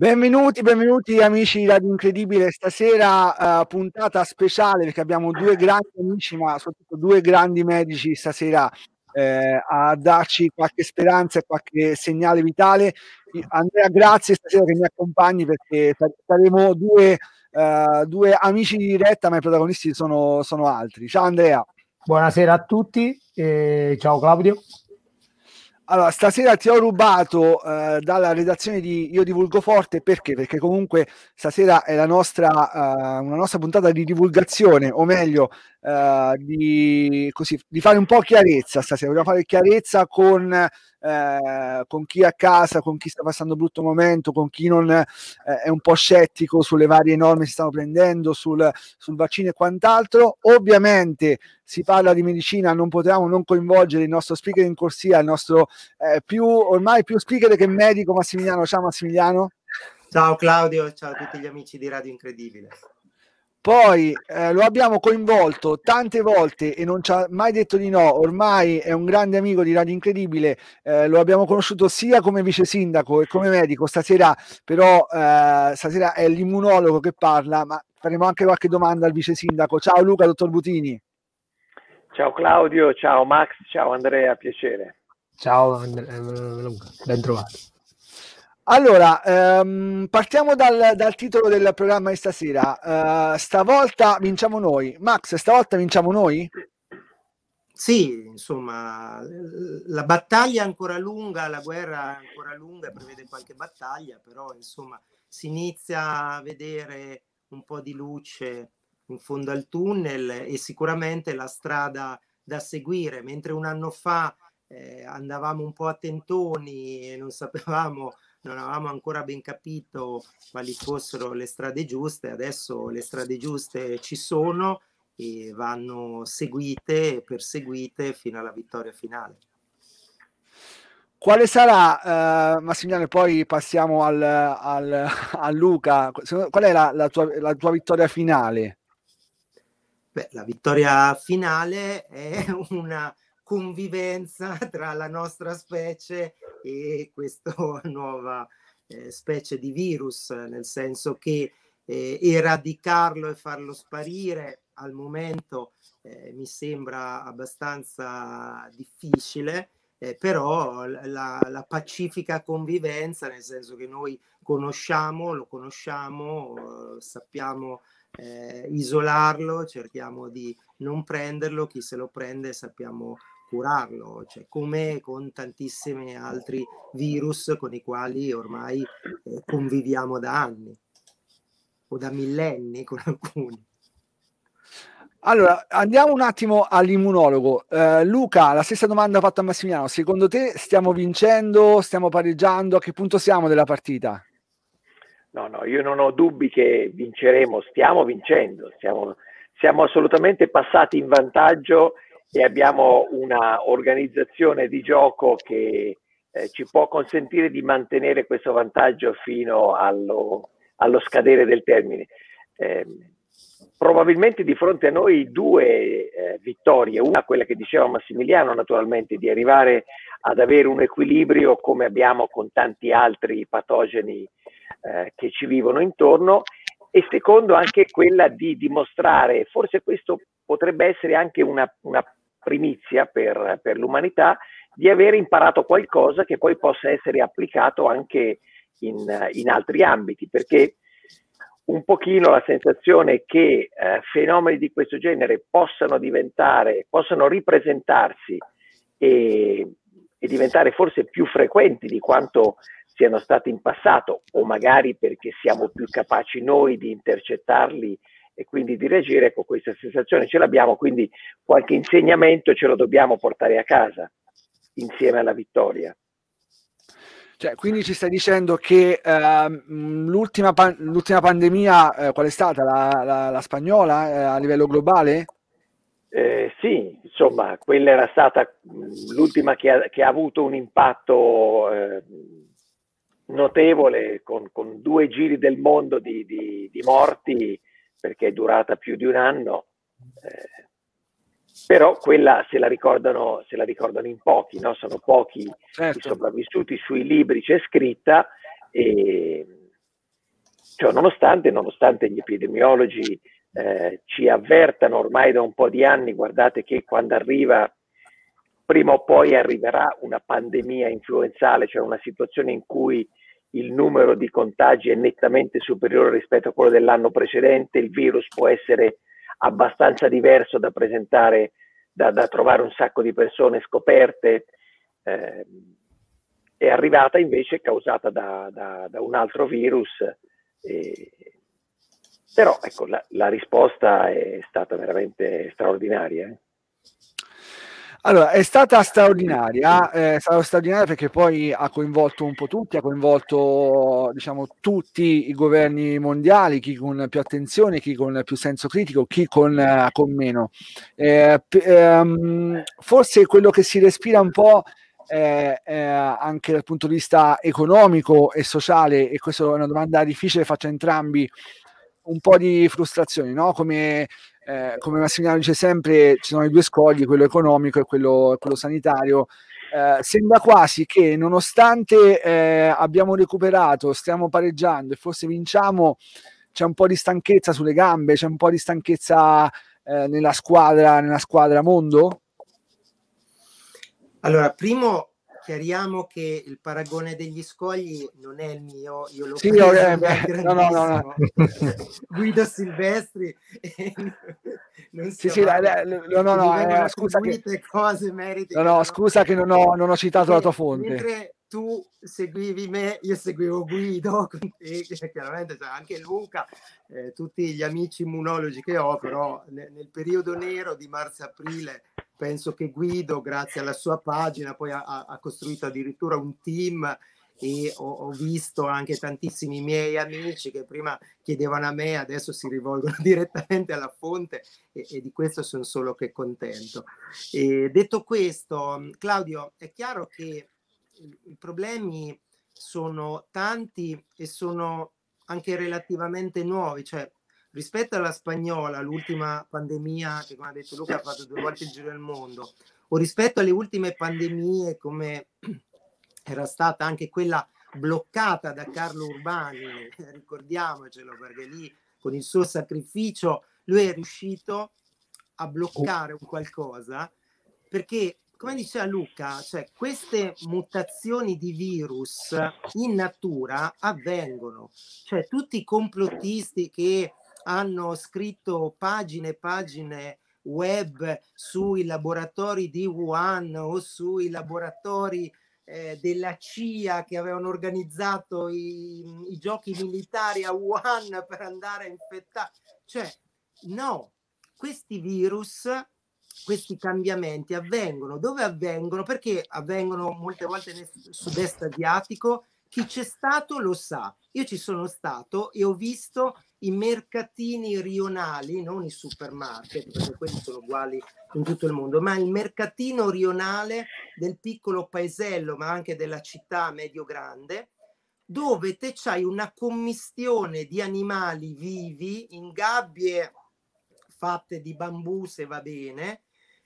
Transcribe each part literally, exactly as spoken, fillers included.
Benvenuti, benvenuti amici di Radio Incredibile. Stasera uh, puntata speciale perché abbiamo due grandi amici, ma soprattutto due grandi medici stasera eh, a darci qualche speranza e qualche segnale vitale. Andrea, grazie stasera che mi accompagni perché saremo due, uh, due amici di diretta, ma i protagonisti sono, sono altri. Ciao Andrea. Buonasera a tutti e ciao Claudio. Allora, stasera ti ho rubato eh, dalla redazione di Io Divulgo Forte perché? Perché comunque stasera è la nostra, uh, una nostra puntata di divulgazione, o meglio, uh, di, così, di fare un po' chiarezza stasera. Vogliamo fare chiarezza con, eh, con chi è a casa, con chi sta passando un brutto momento, con chi non eh, è un po' scettico sulle varie norme che si stanno prendendo, sul, sul vaccino e quant'altro. Ovviamente si parla di medicina, non potevamo non coinvolgere il nostro speaker in corsia, il nostro eh, più ormai più speaker che medico, Massimiliano. Ciao Massimiliano. Ciao Claudio, ciao a tutti gli amici di Radio Incredibile. Poi eh, lo abbiamo coinvolto tante volte e non ci ha mai detto di no, ormai è un grande amico di Radio Incredibile, eh, lo abbiamo conosciuto sia come vice sindaco e come medico, stasera però eh, stasera è l'immunologo che parla, ma faremo anche qualche domanda al vice sindaco. Ciao Luca, dottor Butini. Ciao Claudio, ciao Max, ciao Andrea, piacere. Ciao Andrea, Luca, ben trovato. Allora, ehm, partiamo dal, dal titolo del programma di stasera. Uh, stavolta vinciamo noi. Max, stavolta vinciamo noi? Sì, insomma, la battaglia è ancora lunga, la guerra è ancora lunga, prevede qualche battaglia, però insomma si inizia a vedere un po' di luce in fondo al tunnel e sicuramente la strada da seguire. Mentre un anno fa eh, andavamo un po' a tentoni e non sapevamo, non avevamo ancora ben capito quali fossero le strade giuste, adesso le strade giuste ci sono e vanno seguite e perseguite fino alla vittoria finale. Quale sarà, eh, Massimiliano, poi passiamo al, al, a Luca, qual è la, la, tua, la tua vittoria finale? Beh, la vittoria finale è una convivenza tra la nostra specie e questa nuova eh, specie di virus, nel senso che eh, eradicarlo e farlo sparire al momento eh, mi sembra abbastanza difficile, eh, però la, la pacifica convivenza, nel senso che noi conosciamo, lo conosciamo, eh, sappiamo eh, isolarlo, cerchiamo di non prenderlo, chi se lo prende sappiamo curarlo, cioè come con tantissimi altri virus con i quali ormai eh, conviviamo da anni o da millenni con alcuni. Allora, andiamo un attimo all'immunologo. Eh, Luca, la stessa domanda fatta a Massimiliano. Secondo te stiamo vincendo, stiamo pareggiando? A che punto siamo della partita? No, no, io non ho dubbi che vinceremo, stiamo vincendo, siamo, siamo assolutamente passati in vantaggio e abbiamo una organizzazione di gioco che eh, ci può consentire di mantenere questo vantaggio fino allo, allo scadere del termine. Eh, probabilmente di fronte a noi due eh, vittorie, una quella che diceva Massimiliano naturalmente di arrivare ad avere un equilibrio come abbiamo con tanti altri patogeni eh, che ci vivono intorno, e secondo anche quella di dimostrare, forse questo potrebbe essere anche una, una primizia per, per l'umanità, di aver imparato qualcosa che poi possa essere applicato anche in, in altri ambiti, perché un pochino la sensazione che eh, fenomeni di questo genere possano diventare, possano ripresentarsi e, e diventare forse più frequenti di quanto siano stati in passato, o magari perché siamo più capaci noi di intercettarli e quindi di reagire, ecco, questa sensazione ce l'abbiamo, quindi qualche insegnamento ce lo dobbiamo portare a casa insieme alla vittoria. Cioè, quindi ci stai dicendo che eh, l'ultima, pan- l'ultima pandemia, eh, qual è stata? La, la, la spagnola eh, a livello globale? Eh, sì, insomma, quella era stata mh, l'ultima che ha, che ha avuto un impatto eh, notevole, con, con due giri del mondo di, di, di morti, perché è durata più di un anno. Eh, però quella se la ricordano, se la ricordano in pochi, no? Sono pochi Certo. i sopravvissuti, sui libri c'è scritta, e, Cioè, nonostante, nonostante gli epidemiologi eh, ci avvertano ormai da un po' di anni, guardate che quando arriva, prima o poi arriverà una pandemia influenzale, cioè una situazione in cui il numero di contagi è nettamente superiore rispetto a quello dell'anno precedente, il virus può essere abbastanza diverso da presentare, da, da trovare un sacco di persone scoperte, eh, è arrivata invece causata da, da, da un altro virus. Eh, però ecco, la, la risposta è stata veramente straordinaria. Eh. Allora, è stata straordinaria, è stata straordinaria perché poi ha coinvolto un po' tutti, ha coinvolto, diciamo, tutti i governi mondiali, chi con più attenzione, chi con più senso critico, chi con, uh, con meno. Eh, p- ehm, forse quello che si respira un po' eh, eh, anche dal punto di vista economico e sociale, e questa è una domanda difficile, faccio a entrambi, un po' di frustrazioni, no? Come, eh, come Massimiliano dice sempre, ci sono i due scogli, quello economico e quello, quello sanitario. Eh, sembra quasi che nonostante eh, abbiamo recuperato, stiamo pareggiando e forse vinciamo, c'è un po' di stanchezza sulle gambe, c'è un po' di stanchezza eh, nella squadra, nella squadra mondo? Allora, primo chiariamo che il paragone degli scogli non è il mio, io l'ho sì, preso eh, dal no, no, no, no. Guido Silvestri e non sì, sì, la, la, no, no, no, eh, scusa che, cose, meriti no, no, che scusa che non ho, non ho citato perché la tua fonte. Mentre tu seguivi me, io seguivo Guido e chiaramente c'è anche Luca, eh, tutti gli amici immunologi che ho, però nel, nel periodo nero di marzo-aprile penso che Guido, grazie alla sua pagina, poi ha, ha costruito addirittura un team e ho, ho visto anche tantissimi miei amici che prima chiedevano a me, adesso si rivolgono direttamente alla fonte e, e di questo sono solo che contento. E detto questo, Claudio, è chiaro che i, i problemi sono tanti e sono anche relativamente nuovi, cioè rispetto alla spagnola, l'ultima pandemia che, come ha detto Luca, ha fatto due volte il giro del mondo, o rispetto alle ultime pandemie come era stata anche quella bloccata da Carlo Urbani, ricordiamocelo, perché lì con il suo sacrificio lui è riuscito a bloccare un qualcosa, perché come diceva Luca, cioè queste mutazioni di virus in natura avvengono, cioè tutti i complottisti che hanno scritto pagine e pagine web sui laboratori di Wuhan o sui laboratori eh, della C I A che avevano organizzato i, i giochi militari a Wuhan per andare a infettare, cioè no, questi virus, questi cambiamenti avvengono. Dove avvengono? Perché avvengono molte volte nel sud-est asiatico. Chi c'è stato lo sa. Io ci sono stato e ho visto i mercatini rionali, non i supermarket, perché quelli sono uguali in tutto il mondo, ma il mercatino rionale del piccolo paesello, ma anche della città medio-grande, dove te c'hai una commistione di animali vivi in gabbie fatte di bambù, se va bene,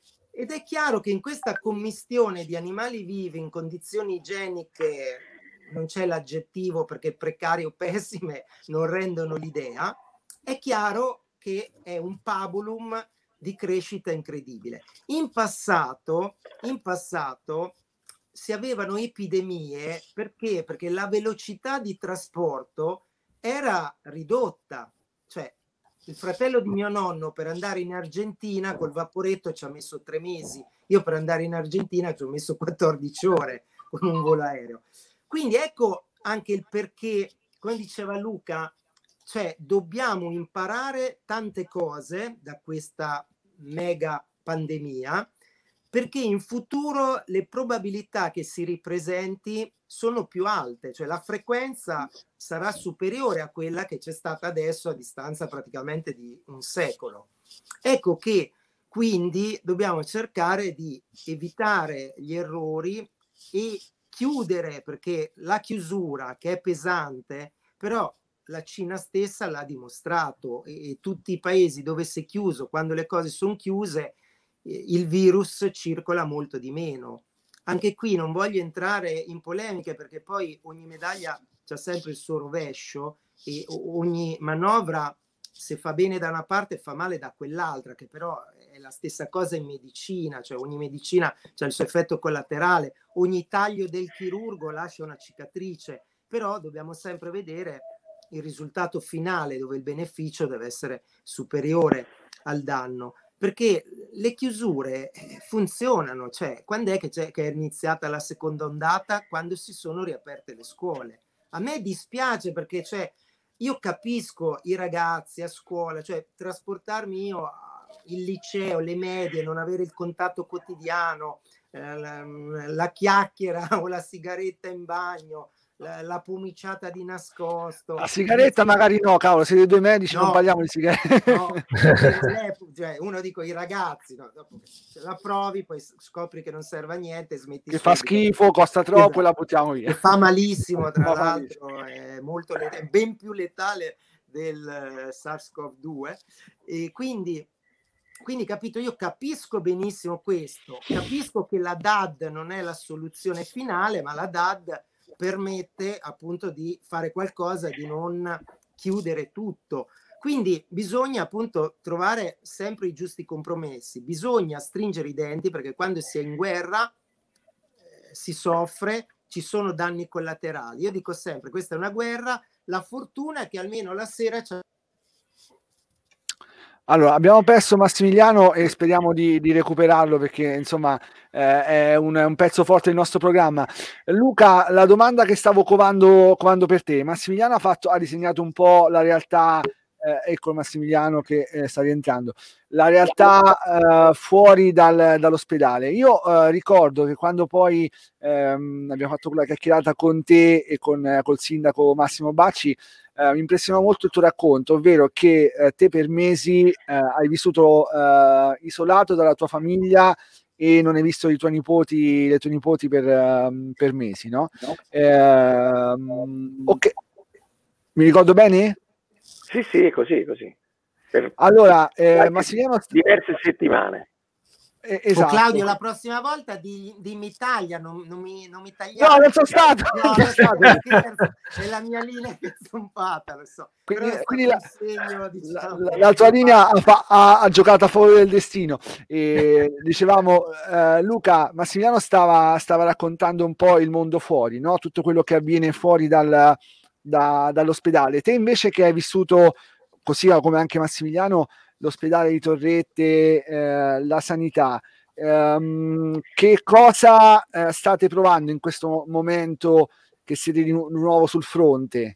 ed è chiaro che in questa commistione di animali vivi in condizioni igieniche, non c'è l'aggettivo perché precarie o pessime non rendono l'idea, è chiaro che è un pabulum di crescita incredibile. In passato, in passato si avevano epidemie perché? Perché la velocità di trasporto era ridotta, cioè il fratello di mio nonno per andare in Argentina col vaporetto ci ha messo tre mesi, io per andare in Argentina ci ho messo quattordici ore con un volo aereo. Quindi ecco anche il perché, come diceva Luca, cioè dobbiamo imparare tante cose da questa mega pandemia, perché in futuro le probabilità che si ripresenti sono più alte, cioè la frequenza sarà superiore a quella che c'è stata adesso a distanza praticamente di un secolo. Ecco che quindi dobbiamo cercare di evitare gli errori e chiudere, perché la chiusura che è pesante, però la Cina stessa l'ha dimostrato e, e tutti i paesi dove si è chiuso, quando le cose sono chiuse, eh, il virus circola molto di meno. Anche qui non voglio entrare in polemiche perché poi ogni medaglia c'ha sempre il suo rovescio, e ogni manovra, se fa bene da una parte, fa male da quell'altra, che però è la stessa cosa in medicina, cioè ogni medicina ha il suo effetto collaterale, ogni taglio del chirurgo lascia una cicatrice, però dobbiamo sempre vedere il risultato finale, dove il beneficio deve essere superiore al danno, perché le chiusure funzionano, cioè quando è che, c'è, che è iniziata la seconda ondata? Quando si sono riaperte le scuole. A me dispiace, perché cioè, io capisco i ragazzi a scuola, cioè trasportarmi io il liceo, le medie, non avere il contatto quotidiano, eh, la, la chiacchiera o la sigaretta in bagno, la, la pumiciata di nascosto. La sigaretta magari no, cavolo, siete due medici, no, non parliamo di sigarette. No, cioè, uno dico i ragazzi, no, dopo che la provi, poi scopri che non serve a niente, smetti che subito. Fa schifo, costa troppo, esatto, e la buttiamo via. Che fa malissimo, tra l'altro, è molto letale, è ben più letale del SARS-CoV due, e quindi Quindi, capito, io capisco benissimo questo, capisco che la D A D non è la soluzione finale, ma la D A D permette appunto di fare qualcosa, di non chiudere tutto. Quindi bisogna appunto trovare sempre i giusti compromessi, bisogna stringere i denti, perché quando si è in guerra eh, si soffre, ci sono danni collaterali. Io dico sempre, questa è una guerra, la fortuna è che almeno la sera c'è. Allora, abbiamo perso Massimiliano e speriamo di, di recuperarlo, perché insomma eh, è, un, è un pezzo forte del nostro programma. Luca, la domanda che stavo covando, covando per te, Massimiliano ha, fatto, ha disegnato un po' la realtà, eh, ecco Massimiliano che eh, sta rientrando, la realtà eh, fuori dal, dall'ospedale. Io eh, ricordo che quando poi ehm, abbiamo fatto quella chiacchierata con te e con eh, col sindaco Massimo Bacci, Uh, mi impressionò molto il tuo racconto, ovvero che uh, te per mesi uh, hai vissuto uh, isolato dalla tua famiglia e non hai visto i tuoi nipoti, le tue nipoti per, uh, per mesi, no? no. Uh, ok, mi ricordo bene? Sì, sì, è così, è così. Per allora, eh, Massimiliano... diverse settimane. Eh, esatto. Oh, Claudio, la prossima volta di, di Italia non, non, mi, non mi tagliare. No, non sono stato. No, non stato. È la mia linea che è stompata, lo so. Quindi, Però quindi la, segno, diciamo, la, la tua linea ha, ha, ha giocato a favore del destino. E dicevamo, eh, Luca, Massimiliano stava, stava raccontando un po' il mondo fuori, no? Tutto quello che avviene fuori dal, da, dall'ospedale. Te invece che hai vissuto, così come anche Massimiliano, l'ospedale di Torrette, eh, la sanità, ehm, che cosa eh, state provando in questo momento che siete di nu- nuovo sul fronte?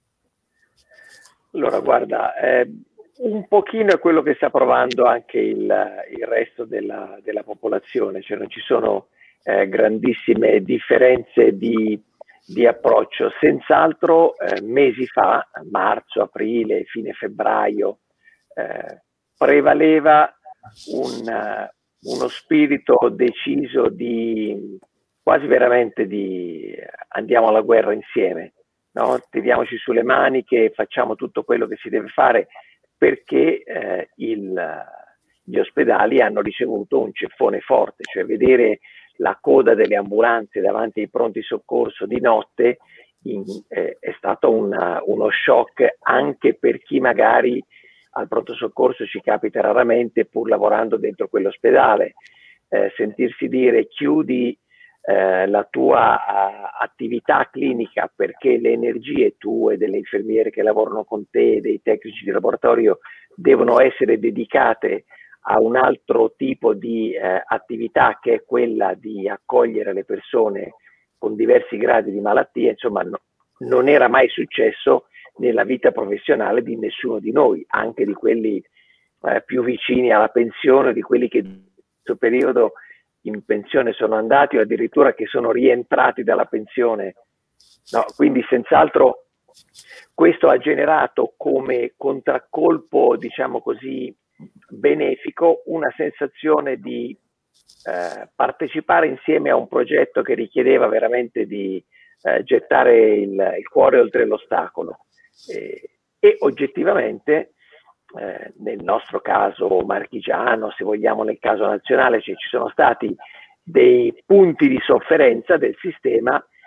Allora, guarda, eh, un pochino è quello che sta provando anche il, il resto della, della popolazione, cioè non ci sono eh, grandissime differenze di, di approccio. Senz'altro eh, mesi fa, marzo, aprile, fine febbraio, eh, prevaleva un, uh, uno spirito deciso di quasi veramente di andiamo alla guerra insieme, no? Tiriamoci sulle maniche, facciamo tutto quello che si deve fare, perché eh, il, gli ospedali hanno ricevuto un ceffone forte, cioè vedere la coda delle ambulanze davanti ai pronti soccorso di notte in, eh, è stato una, uno shock anche per chi magari al pronto soccorso ci capita raramente, pur lavorando dentro quell'ospedale. Eh, sentirsi dire chiudi eh, la tua uh, attività clinica perché le energie tue, delle infermiere che lavorano con te, dei tecnici di laboratorio, devono essere dedicate a un altro tipo di eh, attività, che è quella di accogliere le persone con diversi gradi di malattia, insomma no, non era mai successo nella vita professionale di nessuno di noi, anche di quelli eh, più vicini alla pensione, di quelli che in questo periodo in pensione sono andati o addirittura che sono rientrati dalla pensione. No, quindi senz'altro questo ha generato come contraccolpo, diciamo così, benefico, una sensazione di eh, partecipare insieme a un progetto che richiedeva veramente di eh, gettare il, il cuore oltre l'ostacolo. Eh, e oggettivamente eh, nel nostro caso marchigiano, se vogliamo nel caso nazionale, cioè, ci sono stati dei punti di sofferenza del sistema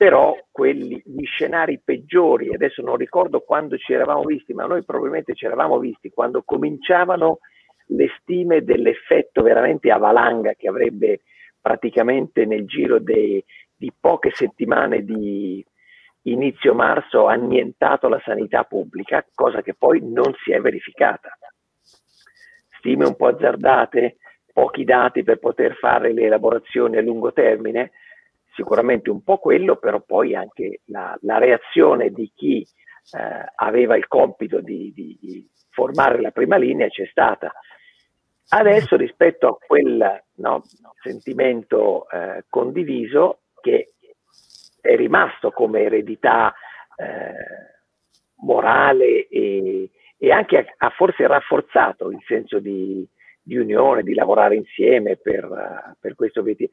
però quelli, gli scenari peggiori, adesso non ricordo quando ci eravamo visti, ma noi probabilmente ci eravamo visti quando cominciavano le stime dell'effetto veramente a valanga che avrebbe praticamente nel giro dei, di poche settimane di inizio marzo annientato la sanità pubblica, cosa che poi non si è verificata. Stime un po' azzardate, pochi dati per poter fare le elaborazioni a lungo termine, sicuramente un po' quello, però poi anche la, la reazione di chi eh, aveva il compito di, di, di formare la prima linea c'è stata. Adesso rispetto a quel no, sentimento eh, condiviso che è rimasto come eredità eh, morale e, e anche ha forse rafforzato il senso di, di unione, di lavorare insieme per, uh, per questo obiettivo.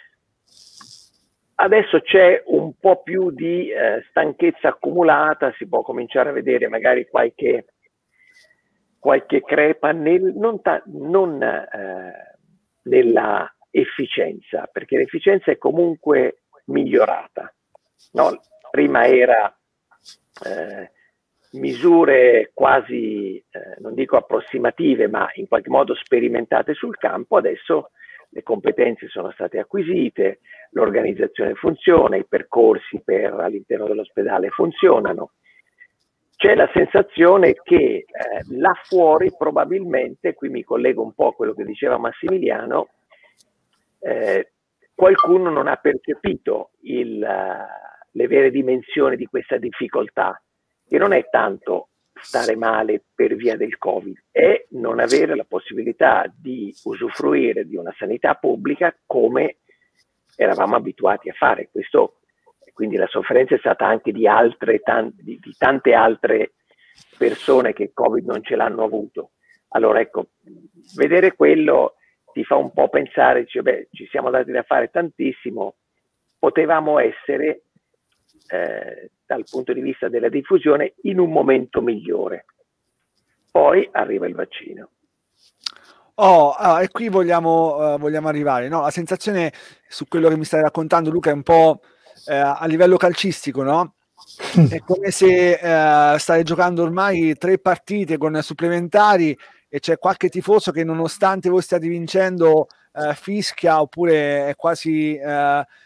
Adesso c'è un po' più di eh, stanchezza accumulata, si può cominciare a vedere magari qualche, qualche crepa nel, non, ta, non eh, nella efficienza, perché l'efficienza è comunque migliorata. No, prima era eh, misure quasi, eh, non dico approssimative, ma in qualche modo sperimentate sul campo. Adesso le competenze sono state acquisite, l'organizzazione funziona, i percorsi per all'interno dell'ospedale funzionano. C'è la sensazione che eh, là fuori probabilmente, qui mi collego un po' a quello che diceva Massimiliano, eh, qualcuno non ha percepito il, uh, le vere dimensioni di questa difficoltà, che non è tanto stare male per via del Covid, è non avere la possibilità di usufruire di una sanità pubblica come eravamo abituati a fare. Questo, quindi la sofferenza è stata anche di, altre, tante, di, di tante altre persone che Covid non ce l'hanno avuto. Allora ecco, vedere quello ti fa un po' pensare, dice, beh, ci siamo dati da fare tantissimo, potevamo essere eh, dal punto di vista della diffusione in un momento migliore. Poi arriva il vaccino. Oh, ah, e qui vogliamo, uh, vogliamo arrivare, no? La sensazione su quello che mi stai raccontando, Luca, è un po' eh, a livello calcistico, no? È come se eh, stai giocando ormai tre partite con supplementari e c'è qualche tifoso che nonostante voi stiate vincendo eh, fischia oppure è quasi eh,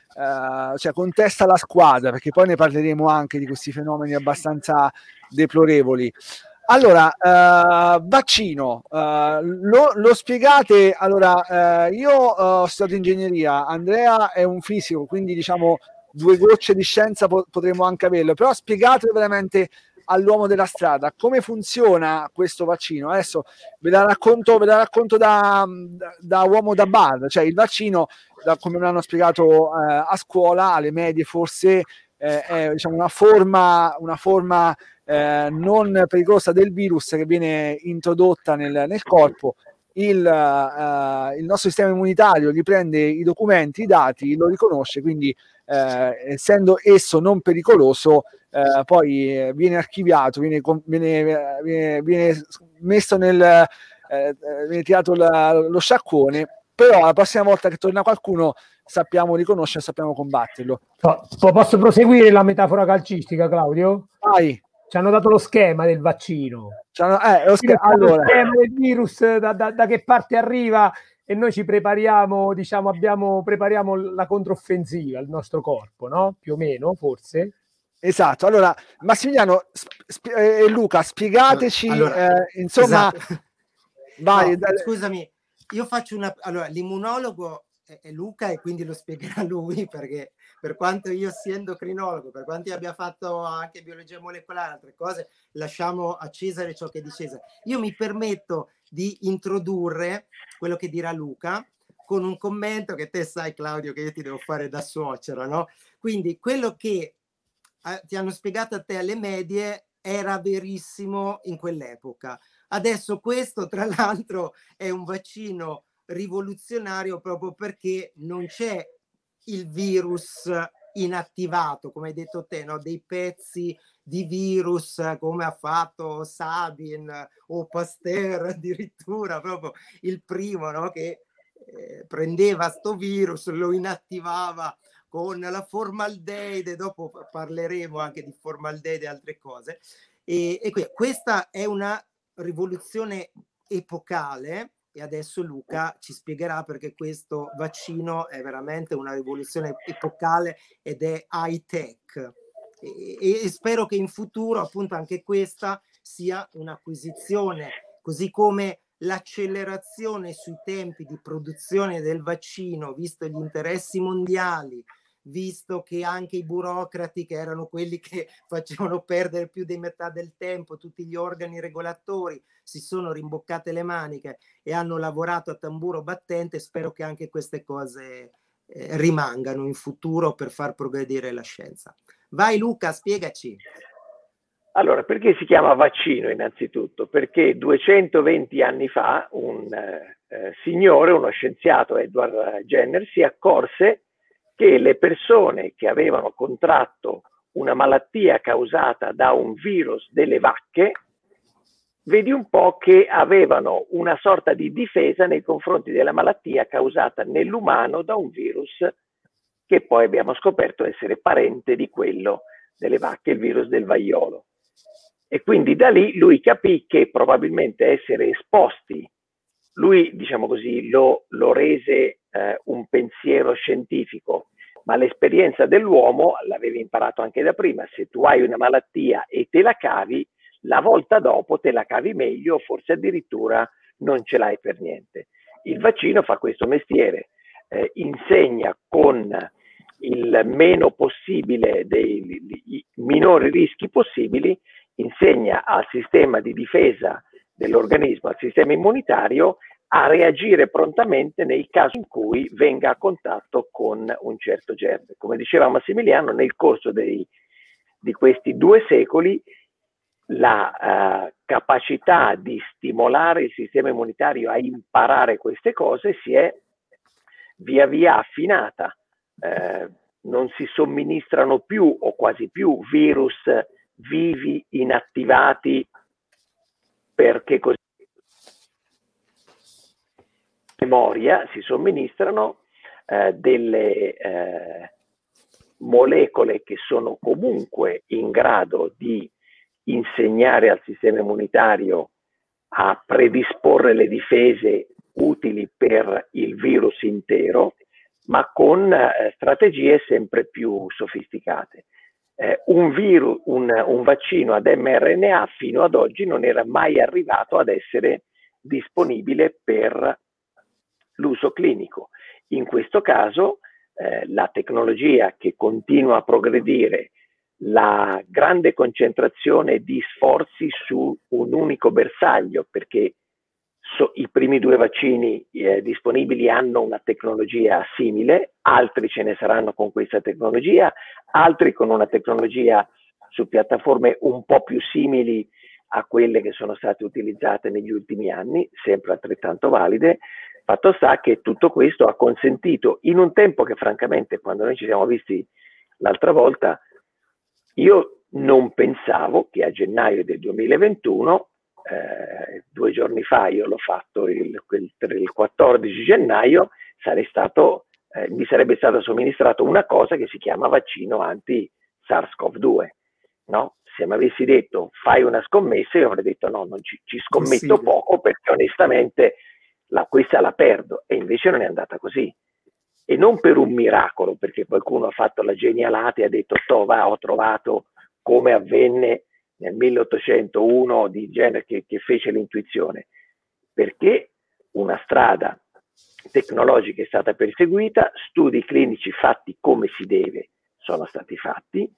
eh, cioè contesta la squadra, perché poi ne parleremo anche di questi fenomeni abbastanza deplorevoli. Allora, eh, vaccino, eh, lo, lo spiegate? Allora, eh, io eh, ho studiato ingegneria, Andrea è un fisico, quindi diciamo due gocce di scienza po- potremmo anche averlo, però spiegate veramente all'uomo della strada come funziona questo vaccino. Adesso ve la racconto, ve la racconto da, da, da uomo da bar, cioè il vaccino, da, come me l'hanno spiegato eh, a scuola, alle medie forse, eh, è diciamo una forma, una forma eh, non pericolosa del virus che viene introdotta nel, nel corpo. Il, uh, il nostro sistema immunitario gli prende i documenti, i dati, lo riconosce, quindi eh, essendo esso non pericoloso eh, poi viene archiviato, viene, viene, viene, viene messo nel eh, viene tirato la, lo sciacquone, però la prossima volta che torna qualcuno sappiamo riconoscere, sappiamo combatterlo. Posso proseguire la metafora calcistica, Claudio? Vai. Ci hanno dato lo schema del vaccino. Eh, lo schema, allora. Lo schema del virus, da, da, da che parte arriva, e noi ci prepariamo, diciamo, abbiamo, prepariamo la controffensiva, il nostro corpo, no? Più o meno, forse. Esatto. Allora, Massimiliano sp- e eh, Luca, spiegateci, allora, eh, insomma, esatto. vai. No, scusami, io faccio una... Allora, l'immunologo è, è Luca e quindi lo spiegherà lui, perché per quanto io sia endocrinologo, per quanto io abbia fatto anche biologia molecolare, altre cose, lasciamo a Cesare ciò che è di Cesare. Io mi permetto di introdurre quello che dirà Luca con un commento che te sai, Claudio, che io ti devo fare da suocera, no? Quindi quello che eh, ti hanno spiegato a te alle medie era verissimo in quell'epoca. Adesso questo, tra l'altro, è un vaccino rivoluzionario proprio perché non c'è il virus inattivato, come hai detto te, no? Dei pezzi di virus come ha fatto Sabin o Pasteur, addirittura proprio il primo, no? Che eh, prendeva sto virus, lo inattivava con la formaldeide, dopo parleremo anche di formaldeide e altre cose. E, e que- questa è una rivoluzione epocale, e adesso Luca ci spiegherà perché questo vaccino è veramente una rivoluzione epocale ed è high tech. E, e spero che in futuro appunto anche questa sia un'acquisizione, così come l'accelerazione sui tempi di produzione del vaccino, visto gli interessi mondiali, visto che anche i burocrati, che erano quelli che facevano perdere più di metà del tempo, tutti gli organi regolatori, si sono rimboccate le maniche e hanno lavorato a tamburo battente. Spero che anche queste cose eh, rimangano in futuro per far progredire la scienza. Vai Luca, spiegaci. Allora, perché si chiama vaccino innanzitutto? Perché duecentoventi anni fa un eh, signore, uno scienziato, Edward Jenner, si accorse che le persone che avevano contratto una malattia causata da un virus delle vacche, vedi un po' che avevano una sorta di difesa nei confronti della malattia causata nell'umano da un virus che poi abbiamo scoperto essere parente di quello delle vacche, il virus del vaiolo. E quindi da lì lui capì che probabilmente essere esposti, lui diciamo così lo, lo rese eh, un pensiero scientifico, ma l'esperienza dell'uomo l'avevi imparato anche da prima: se tu hai una malattia e te la cavi, la volta dopo te la cavi meglio, forse addirittura non ce l'hai per niente. Il vaccino fa questo mestiere, eh, insegna con il meno possibile, dei i minori rischi possibili, insegna al sistema di difesa dell'organismo, al sistema immunitario, a reagire prontamente nel caso in cui venga a contatto con un certo germe. Come diceva Massimiliano, nel corso dei, di questi due secoli la uh, capacità di stimolare il sistema immunitario a imparare queste cose si è via via affinata. Eh, non si somministrano più o quasi più virus vivi, inattivati, perché così memoria, si somministrano eh, delle eh, molecole che sono comunque in grado di insegnare al sistema immunitario a predisporre le difese utili per il virus intero, ma con eh, strategie sempre più sofisticate. Eh, un virus, un, un vaccino ad mRNA fino ad oggi non era mai arrivato ad essere disponibile per l'uso clinico. In questo caso eh, la tecnologia che continua a progredire, la grande concentrazione di sforzi su un unico bersaglio, perché so, i primi due vaccini eh, disponibili hanno una tecnologia simile, altri ce ne saranno con questa tecnologia, altri con una tecnologia su piattaforme un po' più simili a quelle che sono state utilizzate negli ultimi anni, sempre altrettanto valide. Fatto sta che tutto questo ha consentito, in un tempo che francamente, quando noi ci siamo visti l'altra volta, io non pensavo che a gennaio del duemilaventuno, eh, due giorni fa io l'ho fatto il, il, il quattordici gennaio, sarei stato, eh, mi sarebbe stato somministrato una cosa che si chiama vaccino anti-SARS-CoV due. No? Se mi avessi detto fai una scommessa, io avrei detto no, non ci, ci scommetto Possibile. poco, perché onestamente la, questa la perdo, e invece non è andata così. E non per un miracolo, perché qualcuno ha fatto la genialata e ha detto so, va, ho trovato, come avvenne nel milleottocentouno di Jenner che, che fece l'intuizione, perché una strada tecnologica è stata perseguita, studi clinici fatti come si deve sono stati fatti,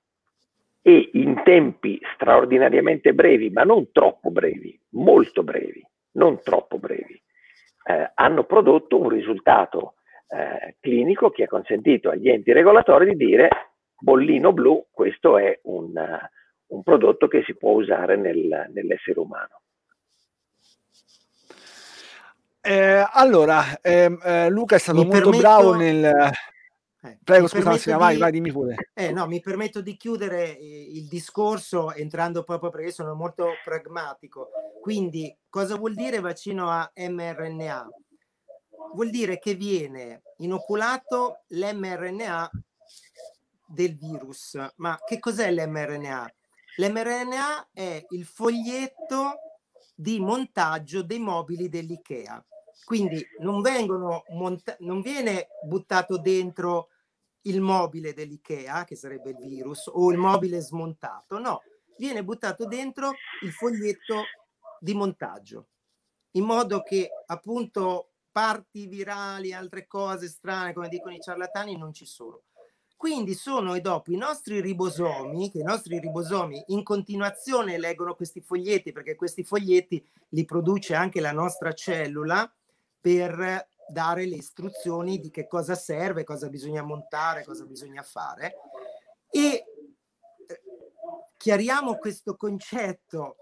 e in tempi straordinariamente brevi, ma non troppo brevi, molto brevi, non troppo brevi, eh, hanno prodotto un risultato eh, clinico che ha consentito agli enti regolatori di dire bollino blu, questo è un, uh, un prodotto che si può usare nel, nell'essere umano. Eh, allora, ehm, eh, Luca è stato Mi molto permetto... bravo nel... Eh, Prego, scusa, Massimo, di... vai, vai, dimmi pure. Eh, no, mi permetto di chiudere il discorso entrando proprio, perché sono molto pragmatico. Quindi, cosa vuol dire vaccino a mRNA? Vuol dire che viene inoculato l'mRNA del virus. Ma che cos'è l'mRNA? L'mRNA è il foglietto di montaggio dei mobili dell'IKEA. Quindi non vengono monta- non viene buttato dentro il mobile dell'IKEA, che sarebbe il virus, o il mobile smontato, no, viene buttato dentro il foglietto di montaggio, in modo che appunto parti virali, altre cose strane, come dicono i ciarlatani, non ci sono. Quindi sono e dopo i nostri ribosomi, che i nostri ribosomi in continuazione leggono questi foglietti, perché questi foglietti li produce anche la nostra cellula per dare le istruzioni di che cosa serve, cosa bisogna montare, cosa bisogna fare. E chiariamo questo concetto: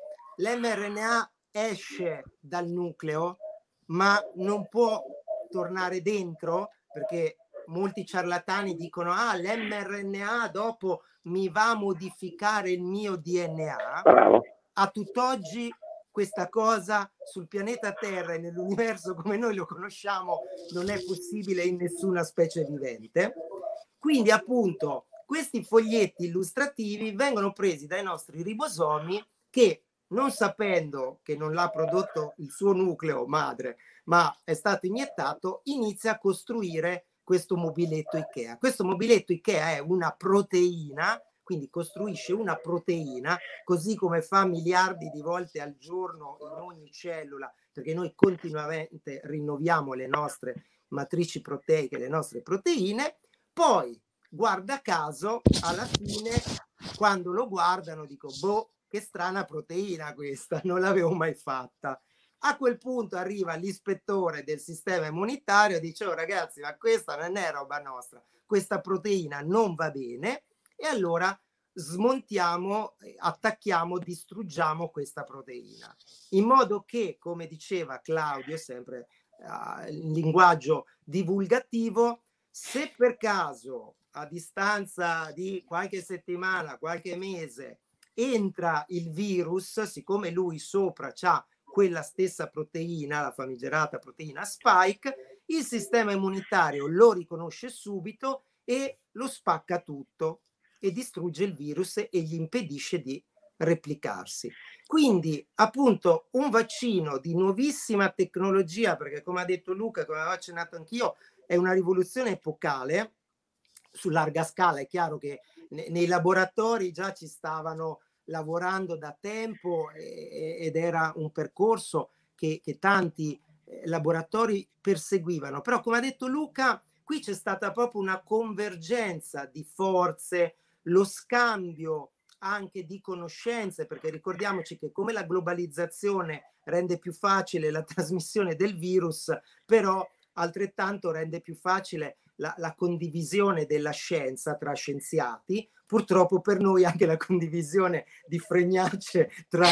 l'mRNA esce dal nucleo, ma non può tornare dentro, perché molti ciarlatani dicono ah, l'mRNA dopo mi va a modificare il mio D N A. Bravo. A tutt'oggi questa cosa sul pianeta Terra e nell'universo come noi lo conosciamo non è possibile in nessuna specie vivente. Quindi appunto questi foglietti illustrativi vengono presi dai nostri ribosomi, che, non sapendo che non l'ha prodotto il suo nucleo madre, ma è stato iniettato, inizia a costruire questo mobiletto IKEA. Questo mobiletto IKEA è una proteina, quindi costruisce una proteina, così come fa miliardi di volte al giorno in ogni cellula, perché noi continuamente rinnoviamo le nostre matrici proteiche, le nostre proteine. Poi, guarda caso, alla fine, quando lo guardano, dico, boh, che strana proteina questa, non l'avevo mai fatta. A quel punto arriva l'ispettore del sistema immunitario e dice: oh ragazzi, ma questa non è roba nostra, questa proteina non va bene, e allora smontiamo, attacchiamo, distruggiamo questa proteina, in modo che, come diceva Claudio, sempre uh, in linguaggio divulgativo, se per caso a distanza di qualche settimana, qualche mese, entra il virus, siccome lui sopra c'ha quella stessa proteina, la famigerata proteina spike, il sistema immunitario lo riconosce subito e lo spacca tutto e distrugge il virus e gli impedisce di replicarsi. Quindi appunto un vaccino di nuovissima tecnologia, perché come ha detto Luca, come avevo accennato anch'io, è una rivoluzione epocale su larga scala. È chiaro che ne- nei laboratori già ci stavano lavorando da tempo eh, ed era un percorso che, che tanti eh, laboratori perseguivano, però come ha detto Luca, qui c'è stata proprio una convergenza di forze, lo scambio anche di conoscenze, perché ricordiamoci che come la globalizzazione rende più facile la trasmissione del virus, però altrettanto rende più facile la, la condivisione della scienza tra scienziati. Purtroppo per noi anche la condivisione di fregnacce tra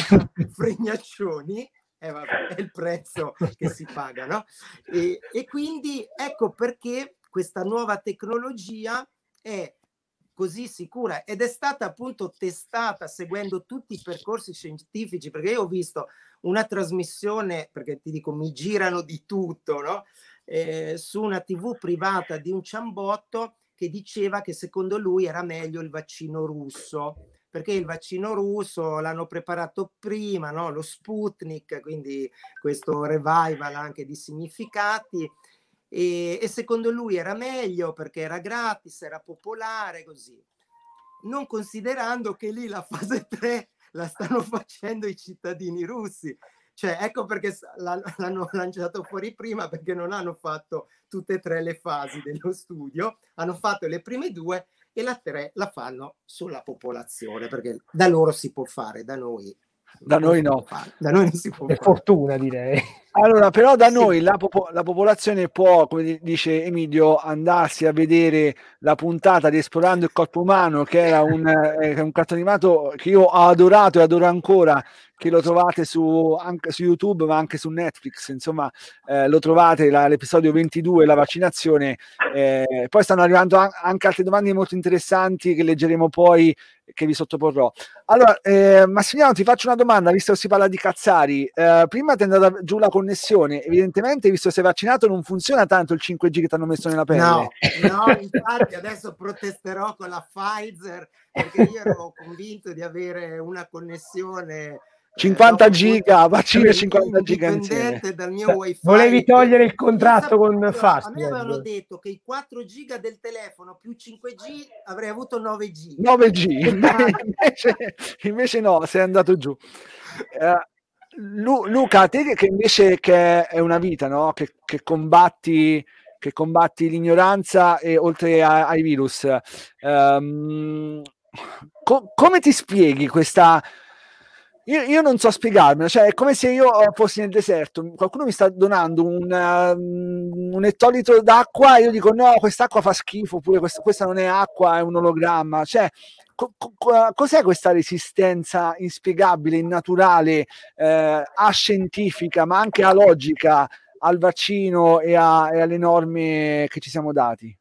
fregnaccioni eh, vabbè, è il prezzo che si paga, no? E, e quindi ecco perché questa nuova tecnologia è così sicura ed è stata appunto testata seguendo tutti i percorsi scientifici, perché io ho visto una trasmissione, perché ti dico mi girano di tutto, no? Eh, su una tivù privata di un ciambotto che diceva che secondo lui era meglio il vaccino russo, perché il vaccino russo l'hanno preparato prima, no? Lo Sputnik, quindi questo revival anche di significati, e, e secondo lui era meglio perché era gratis, era popolare, così. Non considerando che lì la fase tre la stanno facendo i cittadini russi. Cioè, ecco perché l'hanno lanciato fuori prima, perché non hanno fatto tutte e tre le fasi dello studio, hanno fatto le prime due e la tre la fanno sulla popolazione, perché da loro si può fare, da noi da noi no. Da noi non si può per fare. fortuna, direi. Allora, però da Sì. noi la, popo- la popolazione può, come dice Emilio, andarsi a vedere la puntata di Esplorando il Corpo Umano, che era un, eh, un cartone animato che io ho adorato e adoro ancora, che lo trovate su, anche su YouTube ma anche su Netflix, insomma eh, lo trovate, la, l'episodio ventidue, la vaccinazione. Eh, poi stanno arrivando an- anche altre domande molto interessanti che leggeremo poi che vi sottoporrò. Allora, eh, Massimiliano, ti faccio una domanda, visto che si parla di cazzari. Eh, prima ti è andata giù la connessione, evidentemente, visto che sei vaccinato, non funziona tanto il cinque G che ti hanno messo nella pelle. No, no, infatti adesso protesterò con la Pfizer, perché io ero convinto di avere una connessione cinquanta eh, giga, vaccino cinquanta giga indipendente dal mio wifi. Volevi togliere il contratto sapevo, con Fastweb. A me avevano detto che i quattro giga del telefono più cinque G avrei avuto nove G. nove G, invece, invece no, sei andato giù. Uh, Lu, Luca, te che invece che è una vita, no? Che, che combatti che combatti l'ignoranza e oltre a, ai virus, um, co- come ti spieghi questa? Io, io non so spiegarmelo, cioè è come se io fossi nel deserto, qualcuno mi sta donando un, um, un ettolitro d'acqua e io dico no, quest'acqua fa schifo, oppure questa, questa non è acqua, è un ologramma. Cioè, co- co- cos'è questa resistenza inspiegabile, innaturale, eh, ascientifica, ma anche alogica al vaccino e, a, e alle norme che ci siamo dati?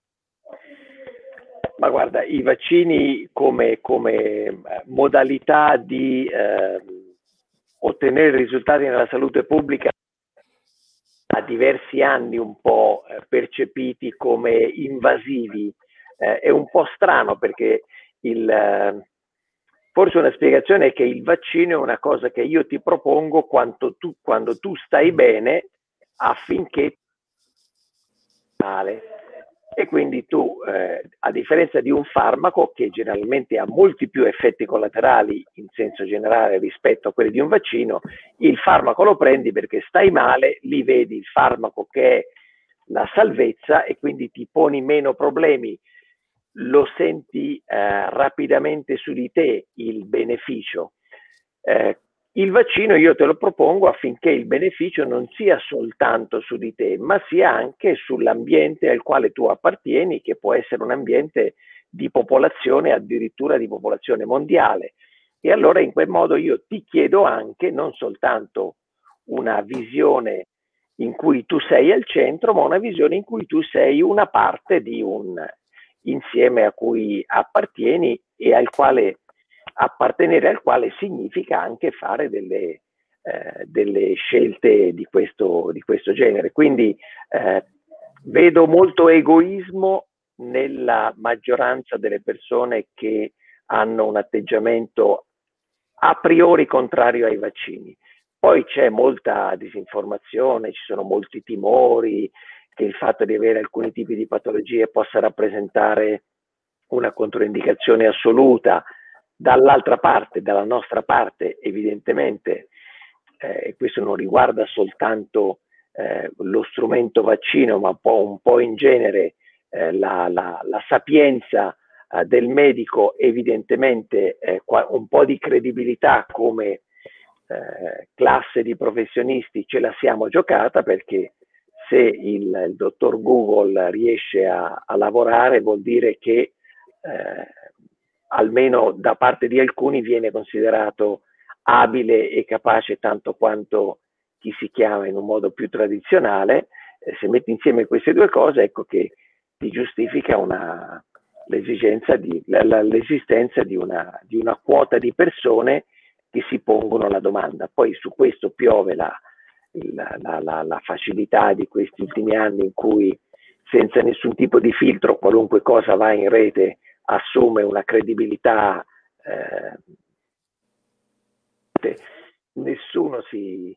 Ma guarda, i vaccini come, come modalità di eh, ottenere risultati nella salute pubblica a diversi anni un po' percepiti come invasivi. Eh, è un po' strano perché il, eh, forse una spiegazione è che il vaccino è una cosa che io ti propongo quando tu, quando tu stai bene affinché male. E quindi tu, eh, a differenza di un farmaco che generalmente ha molti più effetti collaterali in senso generale rispetto a quelli di un vaccino, il farmaco lo prendi perché stai male, lì vedi il farmaco che è la salvezza e quindi ti poni meno problemi, lo senti eh, rapidamente su di te il beneficio. Eh, Il vaccino io te lo propongo affinché il beneficio non sia soltanto su di te, ma sia anche sull'ambiente al quale tu appartieni, che può essere un ambiente di popolazione, addirittura di popolazione mondiale. E allora in quel modo io ti chiedo anche non soltanto una visione in cui tu sei al centro, ma una visione in cui tu sei una parte di un insieme a cui appartieni e al quale appartenere al quale significa anche fare delle, eh, delle scelte di questo, di questo genere. Quindi eh, vedo molto egoismo nella maggioranza delle persone che hanno un atteggiamento a priori contrario ai vaccini. Poi c'è molta disinformazione, ci sono molti timori che il fatto di avere alcuni tipi di patologie possa rappresentare una controindicazione assoluta. Dall'altra parte, dalla nostra parte, evidentemente, eh, questo non riguarda soltanto eh, lo strumento vaccino, ma un po', un po' in genere eh, la, la, la sapienza eh, del medico, evidentemente eh, qua, un po' di credibilità come eh, classe di professionisti ce la siamo giocata, perché se il, il dottor Google riesce a, a lavorare vuol dire che eh, almeno da parte di alcuni viene considerato abile e capace tanto quanto chi si chiama in un modo più tradizionale. Eh, se metti insieme queste due cose, ecco che ti giustifica una, l'esigenza di, la, la, l'esistenza di una, di una quota di persone che si pongono la domanda. Poi su questo piove la, la, la, la, la facilità di questi ultimi anni in cui senza nessun tipo di filtro qualunque cosa va in rete assume una credibilità, eh, nessuno si,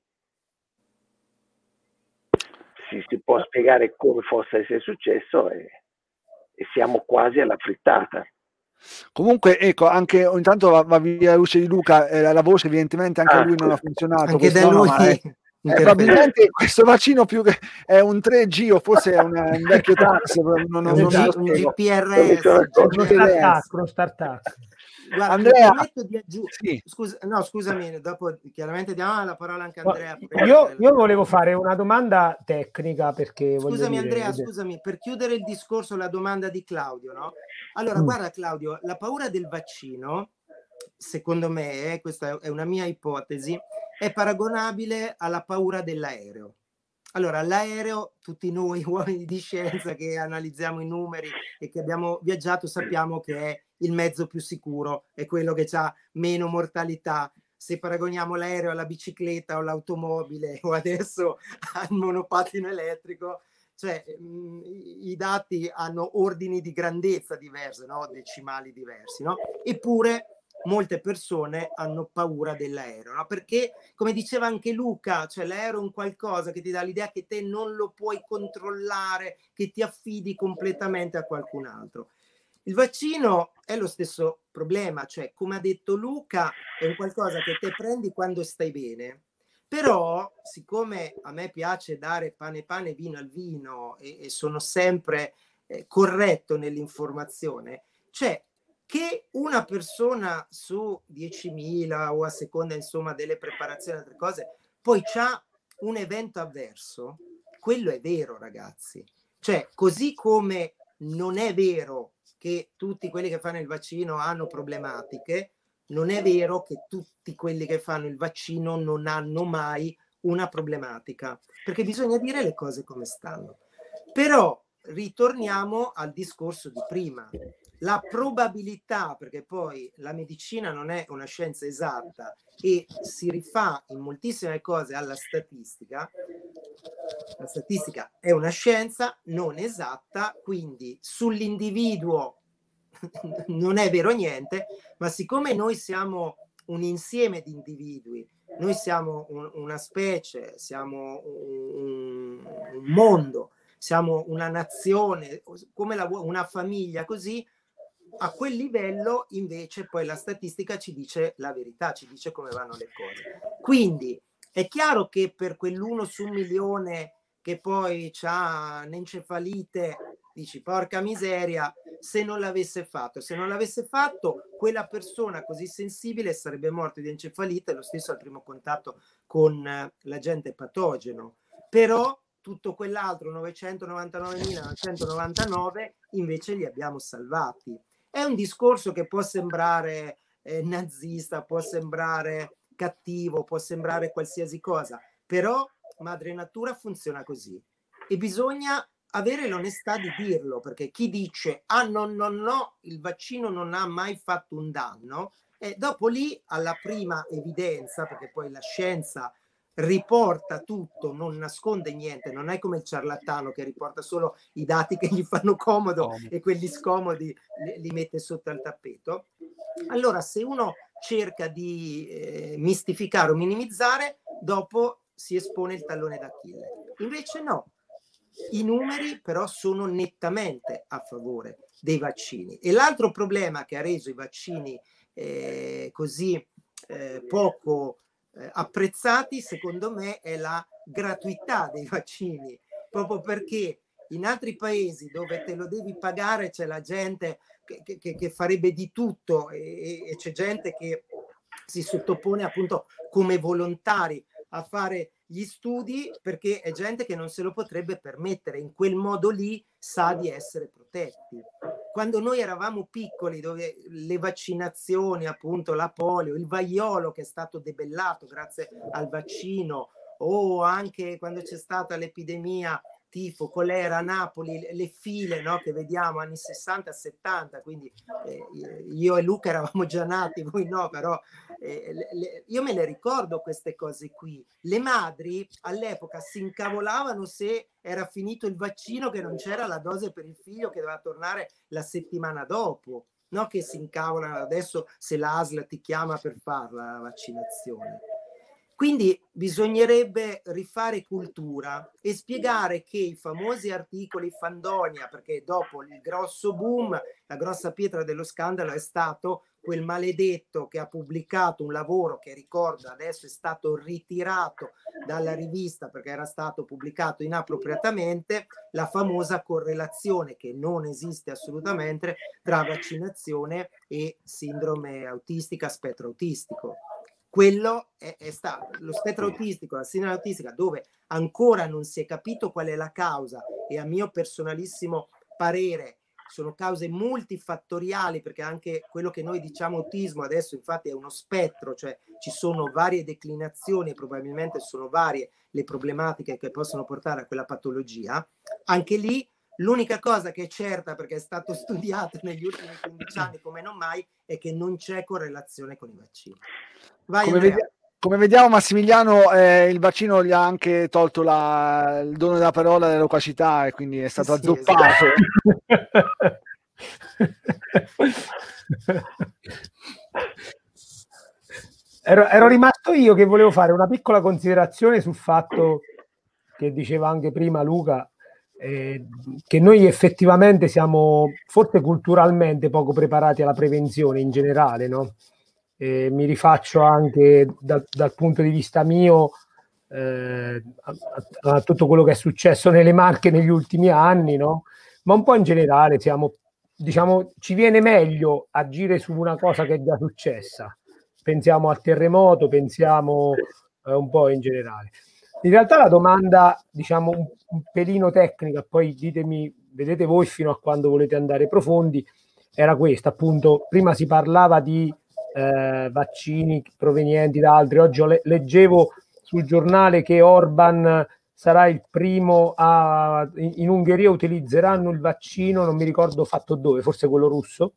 si, si può spiegare come possa essere successo e, e siamo quasi alla frittata. Comunque, ecco, anche ogni tanto va, va via la luce di Luca, eh, la voce evidentemente anche ah, a lui non ha funzionato. Anche da lui. No, eh, eh, probabilmente questo vaccino più che è un tre G o forse è un, un vecchio tax, non, non, non un, lo un spiego. G P R S, Uno start-up, uno start-up. Guarda, Andrea, mi permetto di aggiungere, sì. Scusa, no, scusami, dopo chiaramente diamo la parola anche a No, Andrea. io, io volevo fare una domanda tecnica perché Scusami voglio dire... Andrea, scusami, per chiudere il discorso, la domanda di Claudio, no? Allora, mm. guarda Claudio, la paura del vaccino, secondo me, eh, questa è una mia ipotesi, è paragonabile alla paura dell'aereo. Allora, l'aereo, tutti noi uomini di scienza che analizziamo i numeri e che abbiamo viaggiato sappiamo che è il mezzo più sicuro, è quello che ha meno mortalità. Se paragoniamo l'aereo alla bicicletta o all'automobile o adesso al monopattino elettrico, cioè mh, i dati hanno ordini di grandezza diverse, no? Decimali diversi, no? Eppure molte persone hanno paura dell'aereo, no? Perché, come diceva anche Luca, cioè l'aereo è un qualcosa che ti dà l'idea che te non lo puoi controllare, che ti affidi completamente a qualcun altro. Il vaccino è lo stesso problema, cioè come ha detto Luca è un qualcosa che te prendi quando stai bene, però siccome a me piace dare pane pane, vino al vino e, e sono sempre eh, corretto nell'informazione, cioè che una persona su diecimila o a seconda insomma delle preparazioni e altre cose poi c'ha un evento avverso, quello è vero, ragazzi. Cioè, così come non è vero che tutti quelli che fanno il vaccino hanno problematiche, non è vero che tutti quelli che fanno il vaccino non hanno mai una problematica, perché bisogna dire le cose come stanno. Però ritorniamo al discorso di prima. La probabilità, perché poi la medicina non è una scienza esatta e si rifà in moltissime cose alla statistica, la statistica è una scienza non esatta, quindi sull'individuo non è vero niente, ma siccome noi siamo un insieme di individui, noi siamo un, una specie, siamo un, un mondo, siamo una nazione, come la, una famiglia, così a quel livello invece poi la statistica ci dice la verità, ci dice come vanno le cose. Quindi è chiaro che per quell'uno su un milione che poi ha un'encefalite, dici porca miseria, se non l'avesse fatto, se non l'avesse fatto, quella persona così sensibile sarebbe morta di encefalite, lo stesso al primo contatto con eh, l'agente patogeno. Però tutto quell'altro, novecentonovantanovemilanovecentonovantanove, invece li abbiamo salvati. È un discorso che può sembrare eh, nazista, può sembrare cattivo, può sembrare qualsiasi cosa, però madre natura funziona così e bisogna avere l'onestà di dirlo, perché chi dice ah no no no il vaccino non ha mai fatto un danno, e dopo lì alla prima evidenza, perché poi la scienza riporta tutto, non nasconde niente, non è come il ciarlatano che riporta solo i dati che gli fanno comodo oh. e quelli scomodi li, li mette sotto al tappeto. Allora se uno cerca di eh, mistificare o minimizzare, dopo si espone il tallone d'Achille. Invece no, i numeri però sono nettamente a favore dei vaccini. E l'altro problema che ha reso i vaccini eh, così eh, poco eh, apprezzati, secondo me, è la gratuità dei vaccini, proprio perché in altri paesi dove te lo devi pagare c'è la gente che, che, che farebbe di tutto e, e c'è gente che si sottopone appunto come volontari a fare gli studi, perché è gente che non se lo potrebbe permettere, in quel modo lì sa di essere protetti. Quando noi eravamo piccoli, dove le vaccinazioni, appunto la polio, il vaiolo che è stato debellato grazie al vaccino, o anche quando c'è stata l'epidemia tifo, colera a Napoli, le file, no, che vediamo anni sessanta settanta, quindi eh, io e Luca eravamo già nati, voi no, però eh, le, le, io me le ricordo queste cose qui. Le madri all'epoca si incavolavano se era finito il vaccino, che non c'era la dose per il figlio che doveva tornare la settimana dopo, no, che si incavolano adesso se l'A S L ti chiama per farla la vaccinazione. Quindi bisognerebbe rifare cultura e spiegare che i famosi articoli Fandonia, perché dopo il grosso boom, la grossa pietra dello scandalo è stato quel maledetto che ha pubblicato un lavoro che, ricordo, adesso è stato ritirato dalla rivista perché era stato pubblicato inappropriatamente, la famosa correlazione che non esiste assolutamente tra vaccinazione e sindrome autistica, spettro autistico. Quello è, è stato lo spettro autistico, la sindrome autistica, dove ancora non si è capito qual è la causa, e a mio personalissimo parere sono cause multifattoriali, perché anche quello che noi diciamo autismo adesso infatti è uno spettro, cioè ci sono varie declinazioni e probabilmente sono varie le problematiche che possono portare a quella patologia. Anche lì l'unica cosa che è certa, perché è stato studiato negli ultimi quindici anni come non mai, è che non c'è correlazione con i vaccini. Vai, come, Andrea. vedi- come vediamo, Massimiliano, eh, il vaccino gli ha anche tolto la- il dono della parola e dell'opacità, e quindi è stato Sì, azzoppato. ero, ero rimasto io che volevo fare una piccola considerazione sul fatto che diceva anche prima Luca, eh, che noi effettivamente siamo forse culturalmente poco preparati alla prevenzione in generale, no? Eh, mi rifaccio anche da, dal punto di vista mio eh, a, a tutto quello che è successo nelle Marche negli ultimi anni, no? Ma un po' in generale siamo, diciamo, ci viene meglio agire su una cosa che è già successa. Pensiamo al terremoto, pensiamo eh, un po' in generale. In realtà la domanda, diciamo, un, un pelino tecnica, poi ditemi, vedete voi fino a quando volete andare profondi, era questa, appunto, prima si parlava di eh, vaccini provenienti da altri, oggi le, leggevo sul giornale che Orban sarà il primo a, in, in Ungheria utilizzeranno il vaccino, non mi ricordo fatto dove, forse quello russo.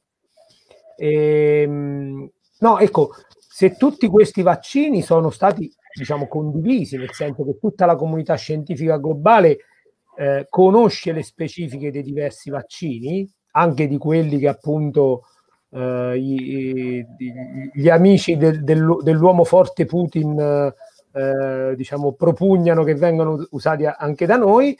E, no, ecco, se tutti questi vaccini sono stati, diciamo, condivisi, nel senso che tutta la comunità scientifica globale eh, conosce le specifiche dei diversi vaccini, anche di quelli che appunto eh, i, gli amici del, del, dell'uomo forte Putin eh, diciamo propugnano che vengano usati anche da noi.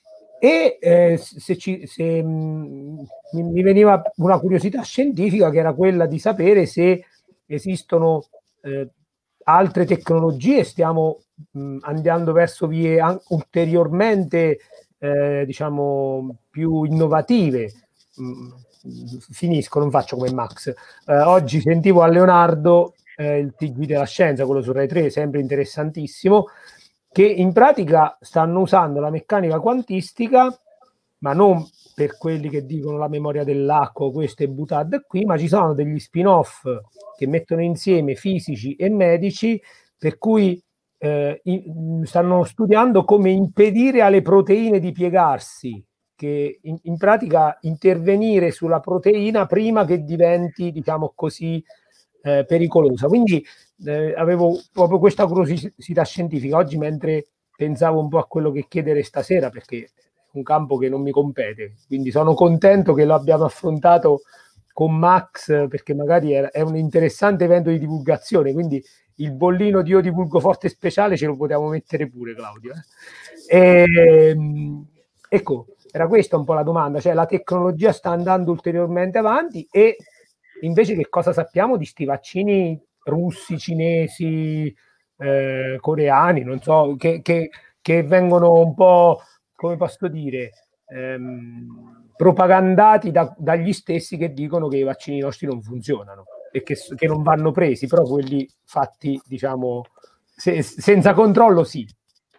E eh, se, ci, se mh, mi veniva una curiosità scientifica, che era quella di sapere se esistono eh, altre tecnologie, stiamo mh, andando verso vie an- ulteriormente eh, diciamo più innovative. Mh, finisco, non faccio come Max. Eh, oggi sentivo a Leonardo eh, il T G della scienza, quello su Rai tre, sempre interessantissimo, che in pratica stanno usando la meccanica quantistica, ma non per quelli che dicono la memoria dell'acqua, questo è buttato qui, ma ci sono degli spin-off che mettono insieme fisici e medici, per cui eh, in, stanno studiando come impedire alle proteine di piegarsi, che in, in pratica intervenire sulla proteina prima che diventi, diciamo così, eh, pericolosa. Quindi eh, avevo proprio questa curiosità scientifica oggi, mentre pensavo un po' a quello che chiedere stasera, perché è un campo che non mi compete, quindi sono contento che lo abbiamo affrontato con Max, perché magari è, è un interessante evento di divulgazione, quindi il bollino di Io Divulgo Forte speciale ce lo potevamo mettere pure, Claudio. Eh? E, ecco, era questa un po' la domanda, cioè la tecnologia sta andando ulteriormente avanti, e invece che cosa sappiamo di sti vaccini russi, cinesi, eh, coreani, non so, che, che, che vengono un po', come posso dire, ehm, propagandati da, dagli stessi che dicono che i vaccini nostri non funzionano e che, che non vanno presi, però quelli fatti, diciamo, se, senza controllo sì.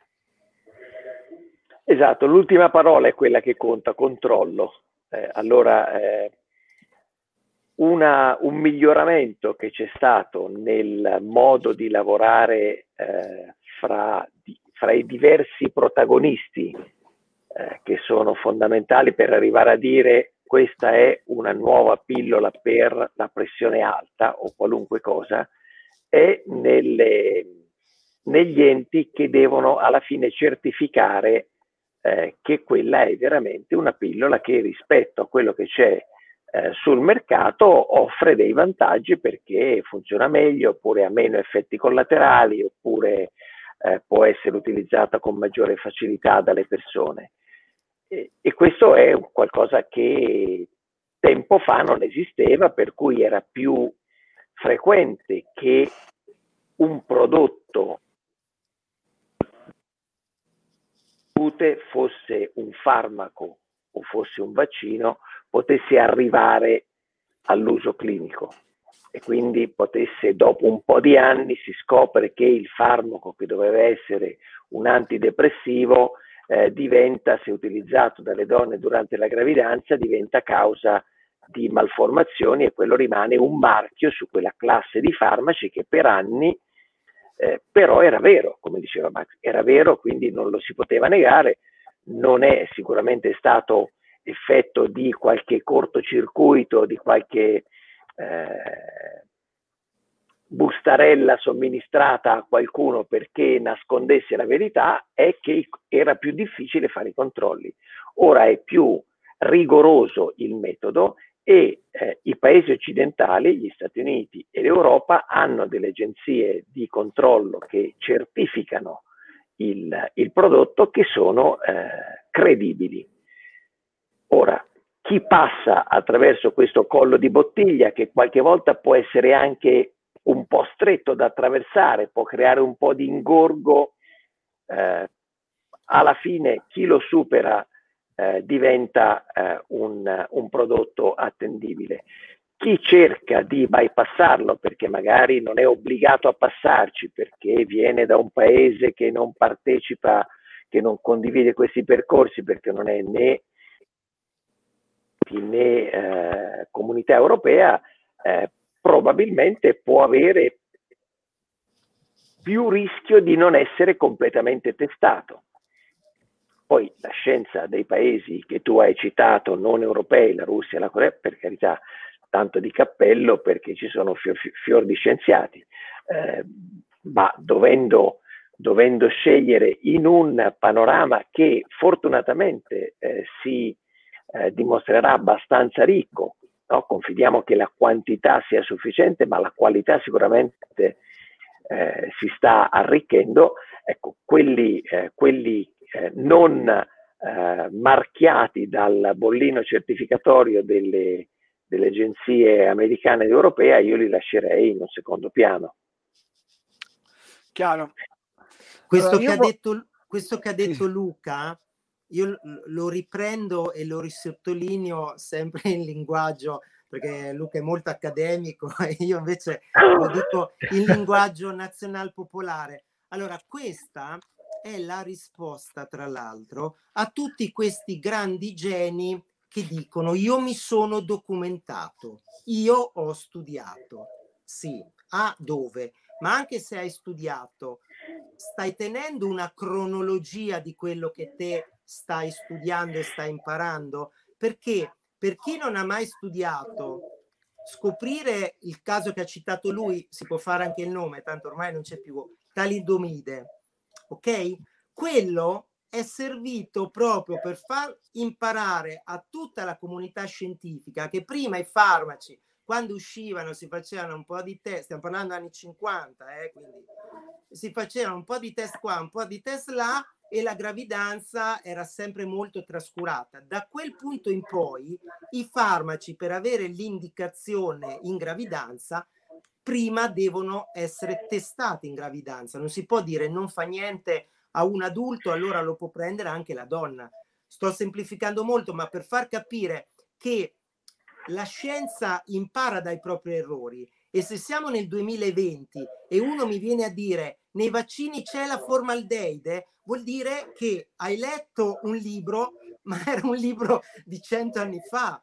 Esatto, l'ultima parola è quella che conta, controllo. Eh, allora, eh, una, un miglioramento che c'è stato nel modo di lavorare eh, fra, di, fra i diversi protagonisti eh, che sono fondamentali per arrivare a dire questa è una nuova pillola per la pressione alta o qualunque cosa, è nelle, negli enti che devono alla fine certificare eh, che quella è veramente una pillola che rispetto a quello che c'è eh, sul mercato offre dei vantaggi perché funziona meglio, oppure ha meno effetti collaterali, oppure eh, può essere utilizzata con maggiore facilità dalle persone. E, e questo è qualcosa che tempo fa non esisteva, per cui era più frequente che un prodotto fosse un farmaco o fosse un vaccino, potesse arrivare all'uso clinico e quindi potesse, dopo un po' di anni, si scopre che il farmaco che doveva essere un antidepressivo eh, diventa, se utilizzato dalle donne durante la gravidanza, diventa causa di malformazioni, e quello rimane un marchio su quella classe di farmaci che per anni eh, però era vero, come diceva Max, era vero, quindi non lo si poteva negare. Non è sicuramente stato effetto di qualche cortocircuito, di qualche eh, bustarella somministrata a qualcuno perché nascondesse la verità, è che era più difficile fare i controlli. Ora è più rigoroso il metodo, e eh, i paesi occidentali, gli Stati Uniti e l'Europa, hanno delle agenzie di controllo che certificano il, il prodotto, che sono eh, credibili. Ora, chi passa attraverso questo collo di bottiglia, che qualche volta può essere anche un po' stretto da attraversare, può creare un po' di ingorgo, eh, alla fine chi lo supera eh, diventa eh, un, un prodotto attendibile. Chi cerca di bypassarlo perché magari non è obbligato a passarci, perché viene da un paese che non partecipa, che non condivide questi percorsi, perché non è né, né eh, comunità europea, eh, probabilmente può avere più rischio di non essere completamente testato. Poi la scienza dei paesi che tu hai citato, non europei, la Russia, la Corea, per carità, tanto di cappello, perché ci sono fior, fior di scienziati, eh, ma dovendo, dovendo scegliere in un panorama che fortunatamente eh, si eh, dimostrerà abbastanza ricco, no? Confidiamo che la quantità sia sufficiente, ma la qualità sicuramente eh, si sta arricchendo. Ecco, quelli, eh, quelli eh, non eh, marchiati dal bollino certificatorio delle, delle agenzie americane ed europee, io li lascerei in un secondo piano. Chiaro. Questo, Allora, che, io... ha detto, questo che ha detto sì. Luca, io lo riprendo e lo risottolineo sempre in linguaggio, perché Luca è molto accademico e io invece lo dico in linguaggio nazional popolare. Allora, questa è la risposta, tra l'altro, a tutti questi grandi geni che dicono: io mi sono documentato, io ho studiato. Sì, a dove? Ma anche se hai studiato, stai tenendo una cronologia di quello che te stai studiando e stai imparando? Perché per chi non ha mai studiato, scoprire il caso che ha citato lui, si può fare anche il nome, tanto ormai non c'è più, talidomide, ok? Quello è servito proprio per far imparare a tutta la comunità scientifica che prima i farmaci, quando uscivano, si facevano un po' di test, stiamo parlando anni cinquanta, eh, quindi si facevano un po' di test qua, un po' di test là, e la gravidanza era sempre molto trascurata. Da quel punto in poi i farmaci, per avere l'indicazione in gravidanza, prima devono essere testati in gravidanza. Non si può dire non fa niente a un adulto, allora lo può prendere anche la donna. Sto semplificando molto, ma per far capire che la scienza impara dai propri errori. E se siamo nel duemilaventi e uno mi viene a dire nei vaccini c'è la formaldeide, vuol dire che hai letto un libro, ma era un libro di cento anni fa,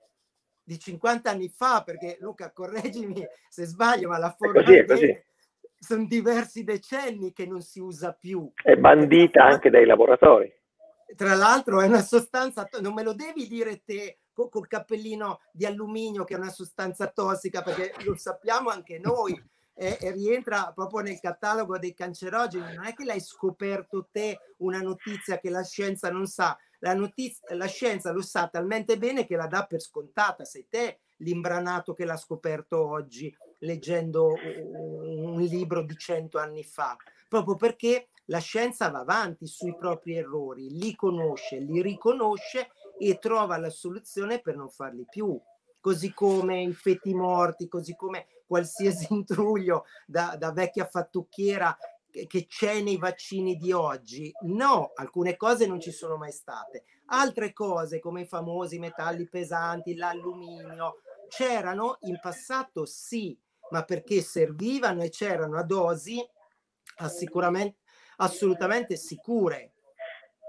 di cinquanta anni fa, perché Luca, correggimi se sbaglio, ma la formaldeide sono diversi decenni che non si usa più. È bandita formal... anche dai laboratori. Tra l'altro è una sostanza, non me lo devi dire te col cappellino di alluminio che è una sostanza tossica, perché lo sappiamo anche noi, eh, e rientra proprio nel catalogo dei cancerogeni. Non è che l'hai scoperto te una notizia che la scienza non sa, la, notizia, la scienza lo sa talmente bene che la dà per scontata. Sei te l'imbranato che l'ha scoperto oggi leggendo un libro di cento anni fa, proprio perché la scienza va avanti sui propri errori, li conosce, li riconosce e trova la soluzione per non farli più. Così come i feti morti, così come qualsiasi intruglio da, da vecchia fattucchiera che, che c'è nei vaccini di oggi. No, alcune cose non ci sono mai state. Altre cose, come i famosi metalli pesanti, l'alluminio, c'erano in passato, sì, ma perché servivano e c'erano a dosi sicuramente assolutamente sicure.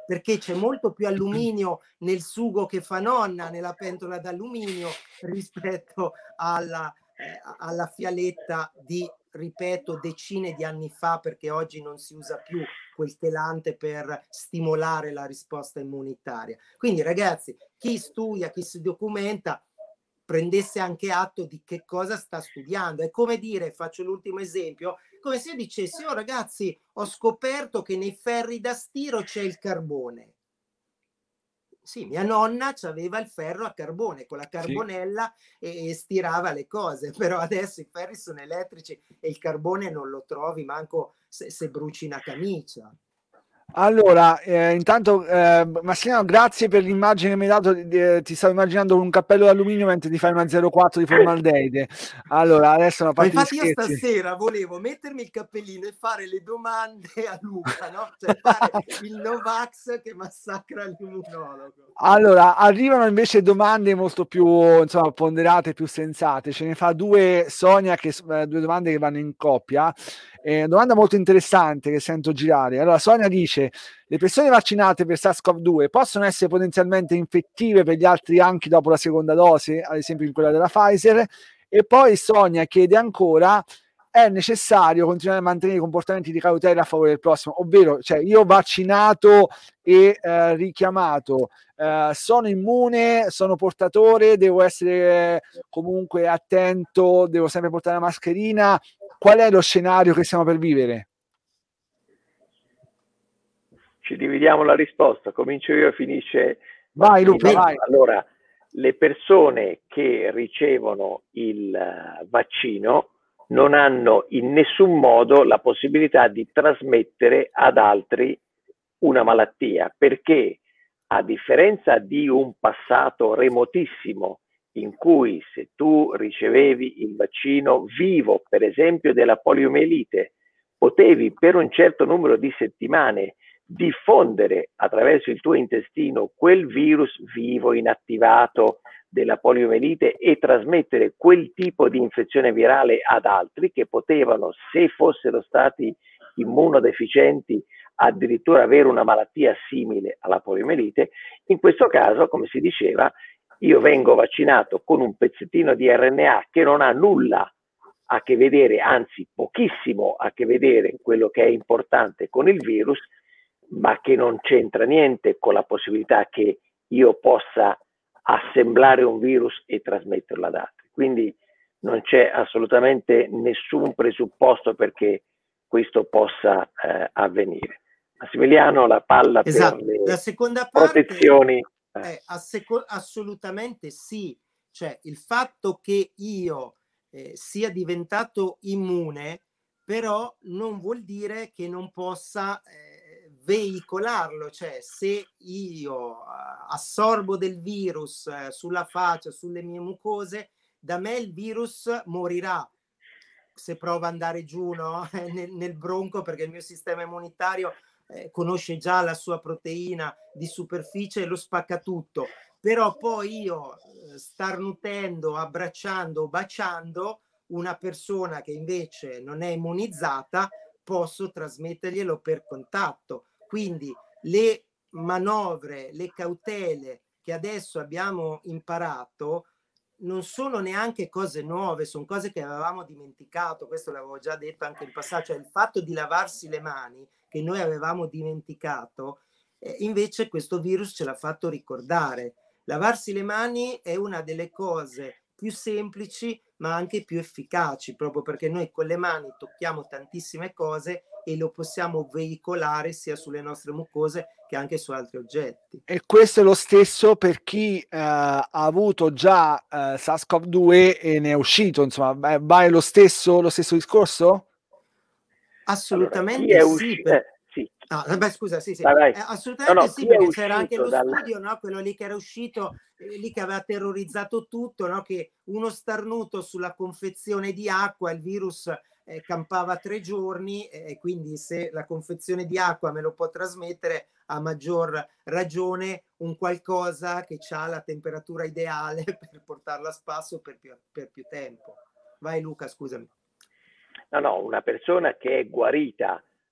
perché c'è molto più alluminio nel sugo che fa nonna, nella pentola d'alluminio, rispetto alla, eh, alla fialetta di, ripeto, decine di anni fa, perché oggi non si usa più quel chelante per stimolare la risposta immunitaria. Quindi ragazzi, chi studia, chi si documenta, prendesse anche atto di che cosa sta studiando. È come dire, faccio l'ultimo esempio, come se io dicessi: oh ragazzi, ho scoperto che nei ferri da stiro c'è il carbone. Sì, mia nonna aveva il ferro a carbone con la carbonella, sì, e, e stirava le cose, però adesso i ferri sono elettrici e il carbone non lo trovi manco se, se bruci una camicia. Allora, eh, intanto eh, Massimiliano, grazie per l'immagine che mi hai dato. Eh, ti stavo immaginando un cappello d'alluminio mentre ti fai una zero quattro di formaldeide. Allora, adesso una parte Ma di infatti io scherzi. stasera volevo mettermi il cappellino e fare le domande a Luca, no? Cioè fare il Novax che massacra l'immunologo. Allora, arrivano invece domande molto più, insomma, ponderate, più sensate. Ce ne fa due Sonia, che, eh, due domande che vanno in coppia. Eh, domanda molto interessante che sento girare. Allora, Sonia dice: le persone vaccinate per SARS-CoV due possono essere potenzialmente infettive per gli altri anche dopo la seconda dose, ad esempio in quella della Pfizer? E poi Sonia chiede ancora: è necessario continuare a mantenere i comportamenti di cautela a favore del prossimo? Ovvero, cioè, io vaccinato e eh, richiamato, eh, sono immune, sono portatore, devo essere comunque attento, devo sempre portare la mascherina. Qual è lo scenario che stiamo per vivere? Ci dividiamo la risposta, comincio io e finisce. Vai Luca, vai. Allora, le persone che ricevono il vaccino non hanno in nessun modo la possibilità di trasmettere ad altri una malattia, perché a differenza di un passato remotissimo in cui se tu ricevevi il vaccino vivo, per esempio della poliomielite, potevi per un certo numero di settimane diffondere attraverso il tuo intestino quel virus vivo, inattivato della poliomielite e trasmettere quel tipo di infezione virale ad altri che potevano, se fossero stati immunodeficienti, addirittura avere una malattia simile alla poliomielite. In questo caso, come si diceva, io vengo vaccinato con un pezzettino di R N A che non ha nulla a che vedere, anzi pochissimo a che vedere quello che è importante con il virus, ma che non c'entra niente con la possibilità che io possa assemblare un virus e trasmetterlo ad altri. Quindi non c'è assolutamente nessun presupposto perché questo possa eh, avvenire. Massimiliano, la palla, esatto, per le la seconda parte protezioni. È assolutamente sì, cioè il fatto che io eh, sia diventato immune però non vuol dire che non possa eh, veicolarlo, cioè se io uh, assorbo del virus uh, sulla faccia, sulle mie mucose, da me il virus morirà se prova ad andare giù, no? nel, nel bronco, perché il mio sistema immunitario eh, conosce già la sua proteina di superficie e lo spacca tutto. Però poi io eh, starnutendo, abbracciando, baciando una persona che invece non è immunizzata, posso trasmetterglielo per contatto. Quindi le manovre, le cautele che adesso abbiamo imparato non sono neanche cose nuove, sono cose che avevamo dimenticato. Questo l'avevo già detto anche in passato, cioè il fatto di lavarsi le mani che noi avevamo dimenticato, eh, invece questo virus ce l'ha fatto ricordare. Lavarsi le mani è una delle cose più semplici ma anche più efficaci, proprio perché noi con le mani tocchiamo tantissime cose e lo possiamo veicolare sia sulle nostre mucose che anche su altri oggetti. E questo è lo stesso per chi eh, ha avuto già eh, SARS-CoV due e ne è uscito, insomma, va lo stesso, lo stesso discorso? Assolutamente allora, sì. Usci- per... eh, sì. Ah, beh, scusa, sì, sì. Vai, vai. Eh, assolutamente no, no, sì, perché c'era anche lo dal... studio, no? Quello lì che era uscito, eh, lì che aveva terrorizzato tutto, no? Che uno starnuto sulla confezione di acqua, il virus eh, campava tre giorni e eh, quindi se la confezione di acqua me lo può trasmettere, a maggior ragione un qualcosa che ha la temperatura ideale per portarlo a spasso per più, per più tempo. Vai Luca, scusami. No, no, una persona che è guarita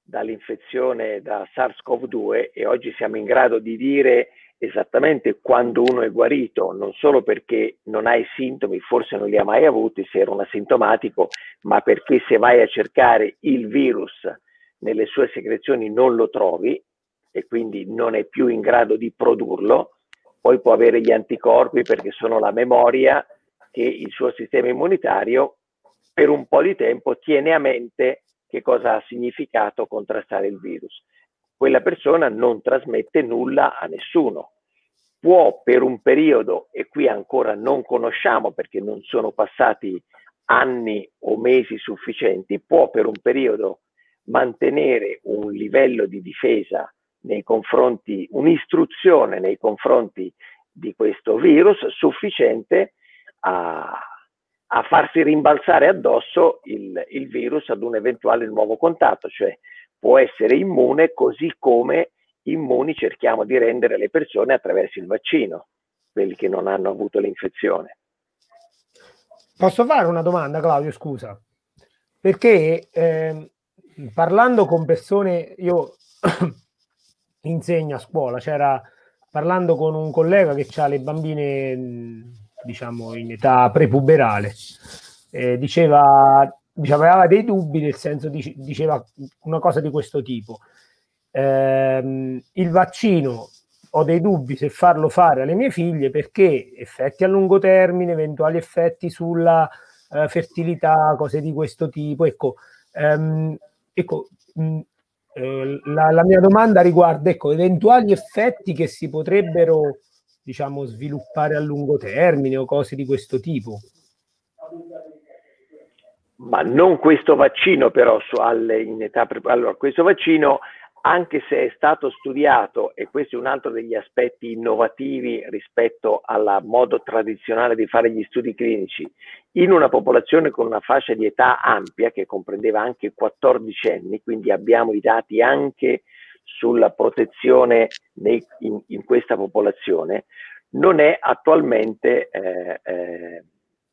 dall'infezione da SARS-CoV due, e oggi siamo in grado di dire esattamente quando uno è guarito, non solo perché non ha i sintomi, forse non li ha mai avuti se era un asintomatico, ma perché se vai a cercare il virus nelle sue secrezioni non lo trovi e quindi non è più in grado di produrlo. Poi può avere gli anticorpi perché sono la memoria che il suo sistema immunitario per un po' di tempo tiene a mente che cosa ha significato contrastare il virus. Quella persona non trasmette nulla a nessuno. Può per un periodo, e qui ancora non conosciamo perché non sono passati anni o mesi sufficienti, può per un periodo mantenere un livello di difesa nei confronti, un'istruzione nei confronti di questo virus sufficiente a, a farsi rimbalzare addosso il, il virus ad un eventuale nuovo contatto, cioè può essere immune così come immuni cerchiamo di rendere le persone attraverso il vaccino, quelli che non hanno avuto l'infezione. Posso fare una domanda, Claudio, scusa? Perché eh, parlando con persone, io insegno a scuola, c'era parlando con un collega che ha le bambine, diciamo, in età prepuberale, eh, diceva, diceva, aveva dei dubbi, nel senso, diceva una cosa di questo tipo. Eh, il vaccino, ho dei dubbi se farlo fare alle mie figlie perché effetti a lungo termine, eventuali effetti sulla eh, fertilità, cose di questo tipo. Ecco, ehm, ecco mh, eh, la, la mia domanda riguarda, ecco, eventuali effetti che si potrebbero, diciamo, sviluppare a lungo termine o cose di questo tipo. Ma non questo vaccino, però, su alle, in età pre- allora, questo vaccino, anche se è stato studiato, e questo è un altro degli aspetti innovativi rispetto al modo tradizionale di fare gli studi clinici, in una popolazione con una fascia di età ampia che comprendeva anche quattordicenni, quindi abbiamo i dati anche sulla protezione nei, in, in questa popolazione, non è attualmente eh, eh,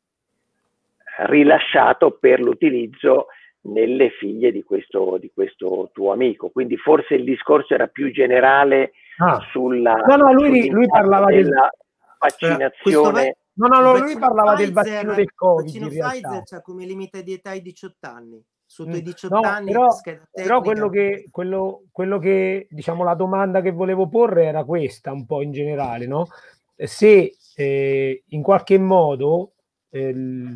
rilasciato per l'utilizzo nelle figlie di questo, di questo tuo amico, quindi forse il discorso era più generale ah. sulla no no lui, lui parlava della del... vaccinazione. No, no, no, lui parlava Pfizer, del vaccino del Covid. Il vaccino Pfizer c'ha come limite di età i diciotto anni. Sotto mm. i diciotto no, anni però, però quello che quello, quello che diciamo la domanda che volevo porre era questa, un po' in generale, no? Se eh, in qualche modo eh,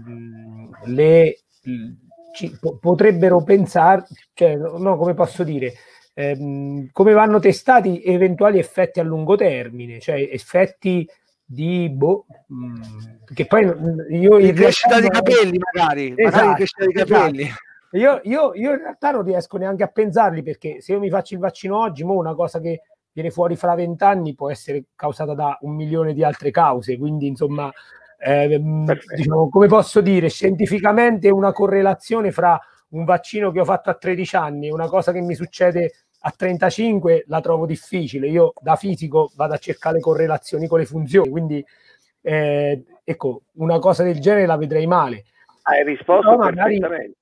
le ci, po- potrebbero pensare, cioè, no, come posso dire, ehm, come vanno testati eventuali effetti a lungo termine, cioè effetti di boh, mh, che poi io in crescita di capelli magari, esatto, magari crescita di capelli. Esatto. Io, io, io in realtà non riesco neanche a pensarli, perché se io mi faccio il vaccino oggi, mo una cosa che viene fuori fra vent'anni può essere causata da un milione di altre cause, quindi insomma eh, diciamo, come posso dire, scientificamente una correlazione fra un vaccino che ho fatto a tredici anni e una cosa che mi succede a trentacinque la trovo difficile. Io da fisico vado a cercare le correlazioni con le funzioni, quindi eh, ecco, una cosa del genere la vedrei male. Hai risposto no, magari... perfettamente.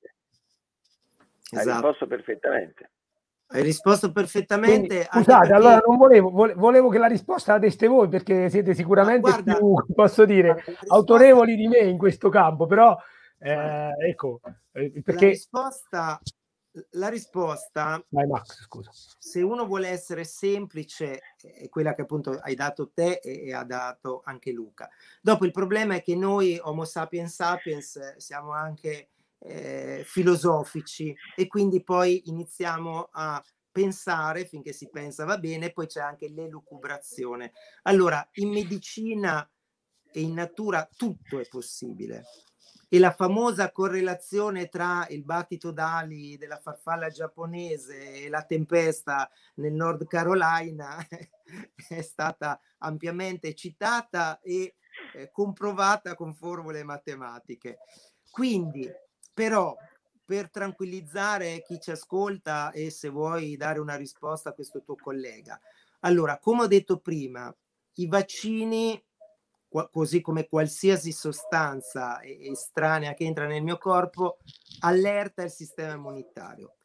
Hai esatto. risposto perfettamente. Hai risposto perfettamente. Quindi, scusate, perché... allora non volevo, volevo che la risposta la deste voi, perché siete sicuramente guarda, più, posso dire, risposta... autorevoli di me in questo campo, però eh, ecco, perché... La risposta, la risposta Vai, Max, scusa. Se uno vuole essere semplice, è quella che appunto hai dato te e, e ha dato anche Luca. Dopo il problema è che noi, Homo sapiens sapiens, siamo anche eh, filosofici, e quindi poi iniziamo a pensare, finché si pensa va bene, poi c'è anche l'elucubrazione. Allora, in medicina e in natura tutto è possibile. E la famosa correlazione tra il battito d'ali della farfalla giapponese e la tempesta nel North Carolina è stata ampiamente citata e eh, comprovata con formule matematiche. Quindi, però, per tranquillizzare chi ci ascolta e se vuoi dare una risposta a questo tuo collega, allora, come ho detto prima, i vaccini, così come qualsiasi sostanza estranea che entra nel mio corpo, allerta il sistema immunitario.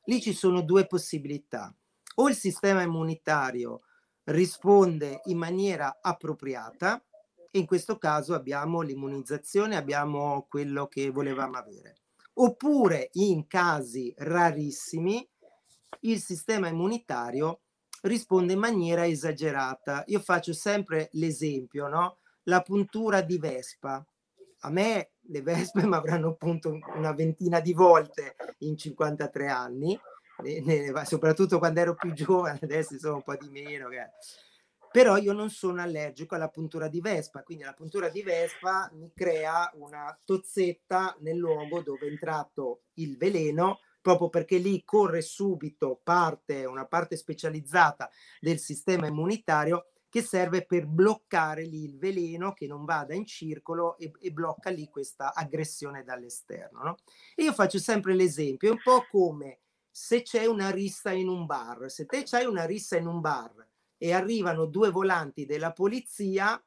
lì ci sono due possibilità: o il sistema immunitario risponde in maniera appropriata, e in questo caso abbiamo l'immunizzazione, abbiamo quello che volevamo avere, oppure in casi rarissimi il sistema immunitario risponde in maniera esagerata. Io faccio sempre l'esempio, no? La puntura di vespa. A me le vespe mi avranno punto una ventina di volte in cinquantatré anni, ne, ne, soprattutto quando ero più giovane, adesso sono un po' di meno. Che... Però io non sono allergico alla puntura di vespa, quindi la puntura di vespa mi crea una tozzetta nel luogo dove è entrato il veleno, proprio perché lì corre subito parte, una parte specializzata del sistema immunitario che serve per bloccare lì il veleno, che non vada in circolo, e, e blocca lì questa aggressione dall'esterno, no? E io faccio sempre l'esempio, è un po' come se c'è una rissa in un bar. Se te c'hai una rissa in un bar e arrivano due volanti della polizia,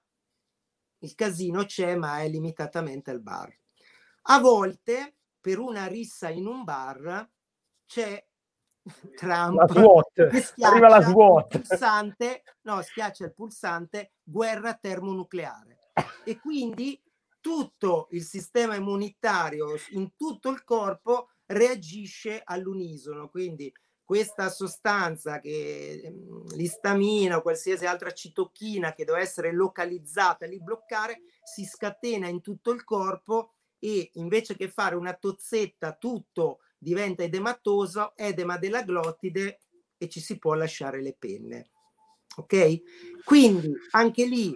il casino c'è, ma è limitatamente al bar. A volte, per una rissa in un bar, c'è Trump la SWAT. che schiaccia Arriva la SWAT. il pulsante, no, schiaccia il pulsante guerra termonucleare, e quindi tutto il sistema immunitario in tutto il corpo reagisce all'unisono. Quindi questa sostanza, che l'istamina o qualsiasi altra citochina che deve essere localizzata lì, bloccare, si scatena in tutto il corpo, e invece che fare una tozzetta tutto diventa edematoso, edema della glottide, e ci si può lasciare le penne. Ok? Quindi anche lì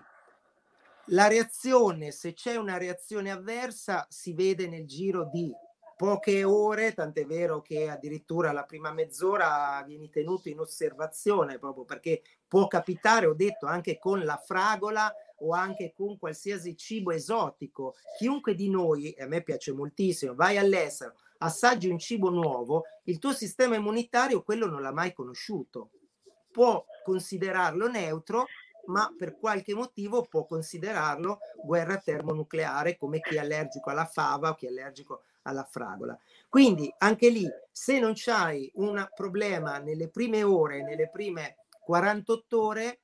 la reazione, se c'è una reazione avversa, si vede nel giro di poche ore, tant'è vero che addirittura la prima mezz'ora vieni tenuto in osservazione, proprio perché può capitare, ho detto, anche con la fragola o anche con qualsiasi cibo esotico. Chiunque di noi, e a me piace moltissimo, vai all'estero, assaggi un cibo nuovo, il tuo sistema immunitario quello non l'ha mai conosciuto, può considerarlo neutro, ma per qualche motivo può considerarlo guerra termonucleare, come chi è allergico alla fava o chi è allergico alla fragola. Quindi anche lì, se non c'hai un problema nelle prime ore, nelle prime quarantotto ore,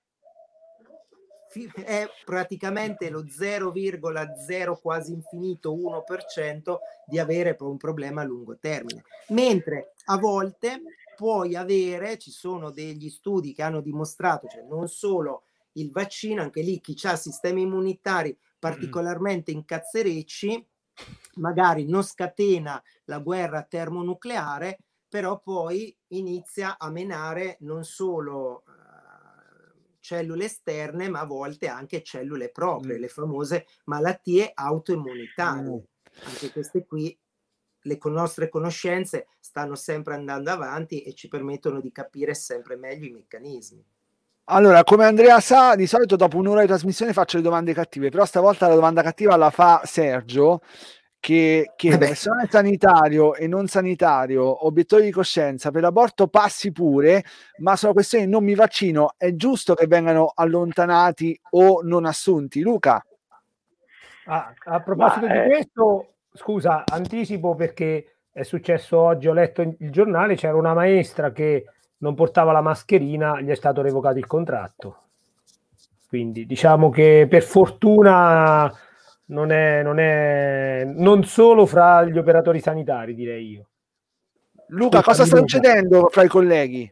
è praticamente lo zero virgola zero quasi infinito uno per cento di avere poi un problema a lungo termine, mentre a volte puoi avere, ci sono degli studi che hanno dimostrato, cioè non solo il vaccino, anche lì chi ha sistemi immunitari particolarmente incazzerecci magari non scatena la guerra termonucleare, però poi inizia a menare non solo cellule esterne, ma a volte anche cellule proprie, mm. le famose malattie autoimmunitarie. Mm. Anche queste qui, le nostre conoscenze stanno sempre andando avanti e ci permettono di capire sempre meglio i meccanismi. Allora, come Andrea sa, di solito dopo un'ora di trasmissione faccio le domande cattive, però stavolta la domanda cattiva la fa Sergio, che chiede: personale sanitario e non sanitario, obiettori di coscienza, per l'aborto passi pure, ma sono questioni non mi vaccino, è giusto che vengano allontanati o non assunti? Luca? Ah, a proposito ma, di eh... questo, scusa, anticipo perché è successo oggi, ho letto il giornale, c'era una maestra che non portava la mascherina, gli è stato revocato il contratto. Quindi diciamo che per fortuna non è, non è non solo fra gli operatori sanitari, direi io. Luca, cosa sta succedendo fra i colleghi?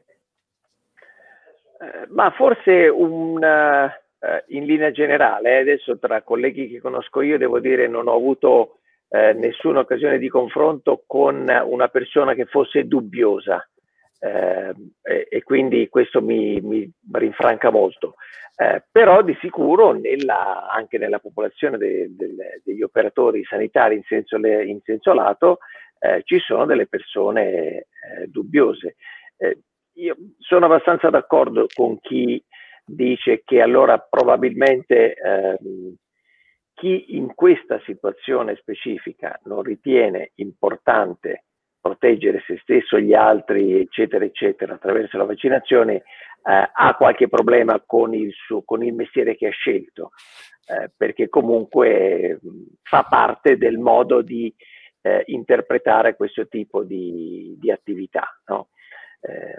Eh, ma forse un uh, in linea generale, eh, adesso tra colleghi che conosco io devo dire non ho avuto eh, nessuna occasione di confronto con una persona che fosse dubbiosa. Eh, e, e quindi questo mi, mi rinfranca molto, eh, però di sicuro nella, anche nella popolazione de, de, degli operatori sanitari in senso, le, in senso lato eh, ci sono delle persone eh, dubbiose. Eh, io sono abbastanza d'accordo con chi dice che allora probabilmente eh, chi in questa situazione specifica non ritiene importante proteggere se stesso e gli altri, eccetera, eccetera, attraverso la vaccinazione, eh, ha qualche problema con il, suo, con il mestiere che ha scelto, eh, perché comunque mh, fa parte del modo di eh, interpretare questo tipo di, di attività, no? Eh,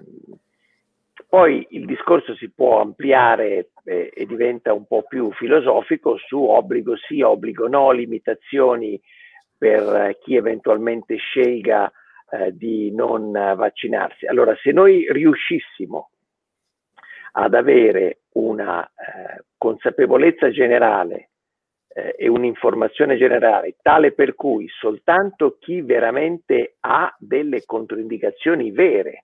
poi il discorso si può ampliare eh, e diventa un po' più filosofico su obbligo sì, obbligo no, limitazioni per chi eventualmente scelga eh, di non vaccinarsi. Allora, se noi riuscissimo ad avere una eh, consapevolezza generale eh, e un'informazione generale tale per cui soltanto chi veramente ha delle controindicazioni vere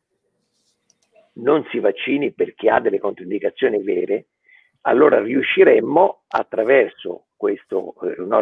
non si vaccini perché ha delle controindicazioni vere, allora riusciremmo attraverso questo eh, no,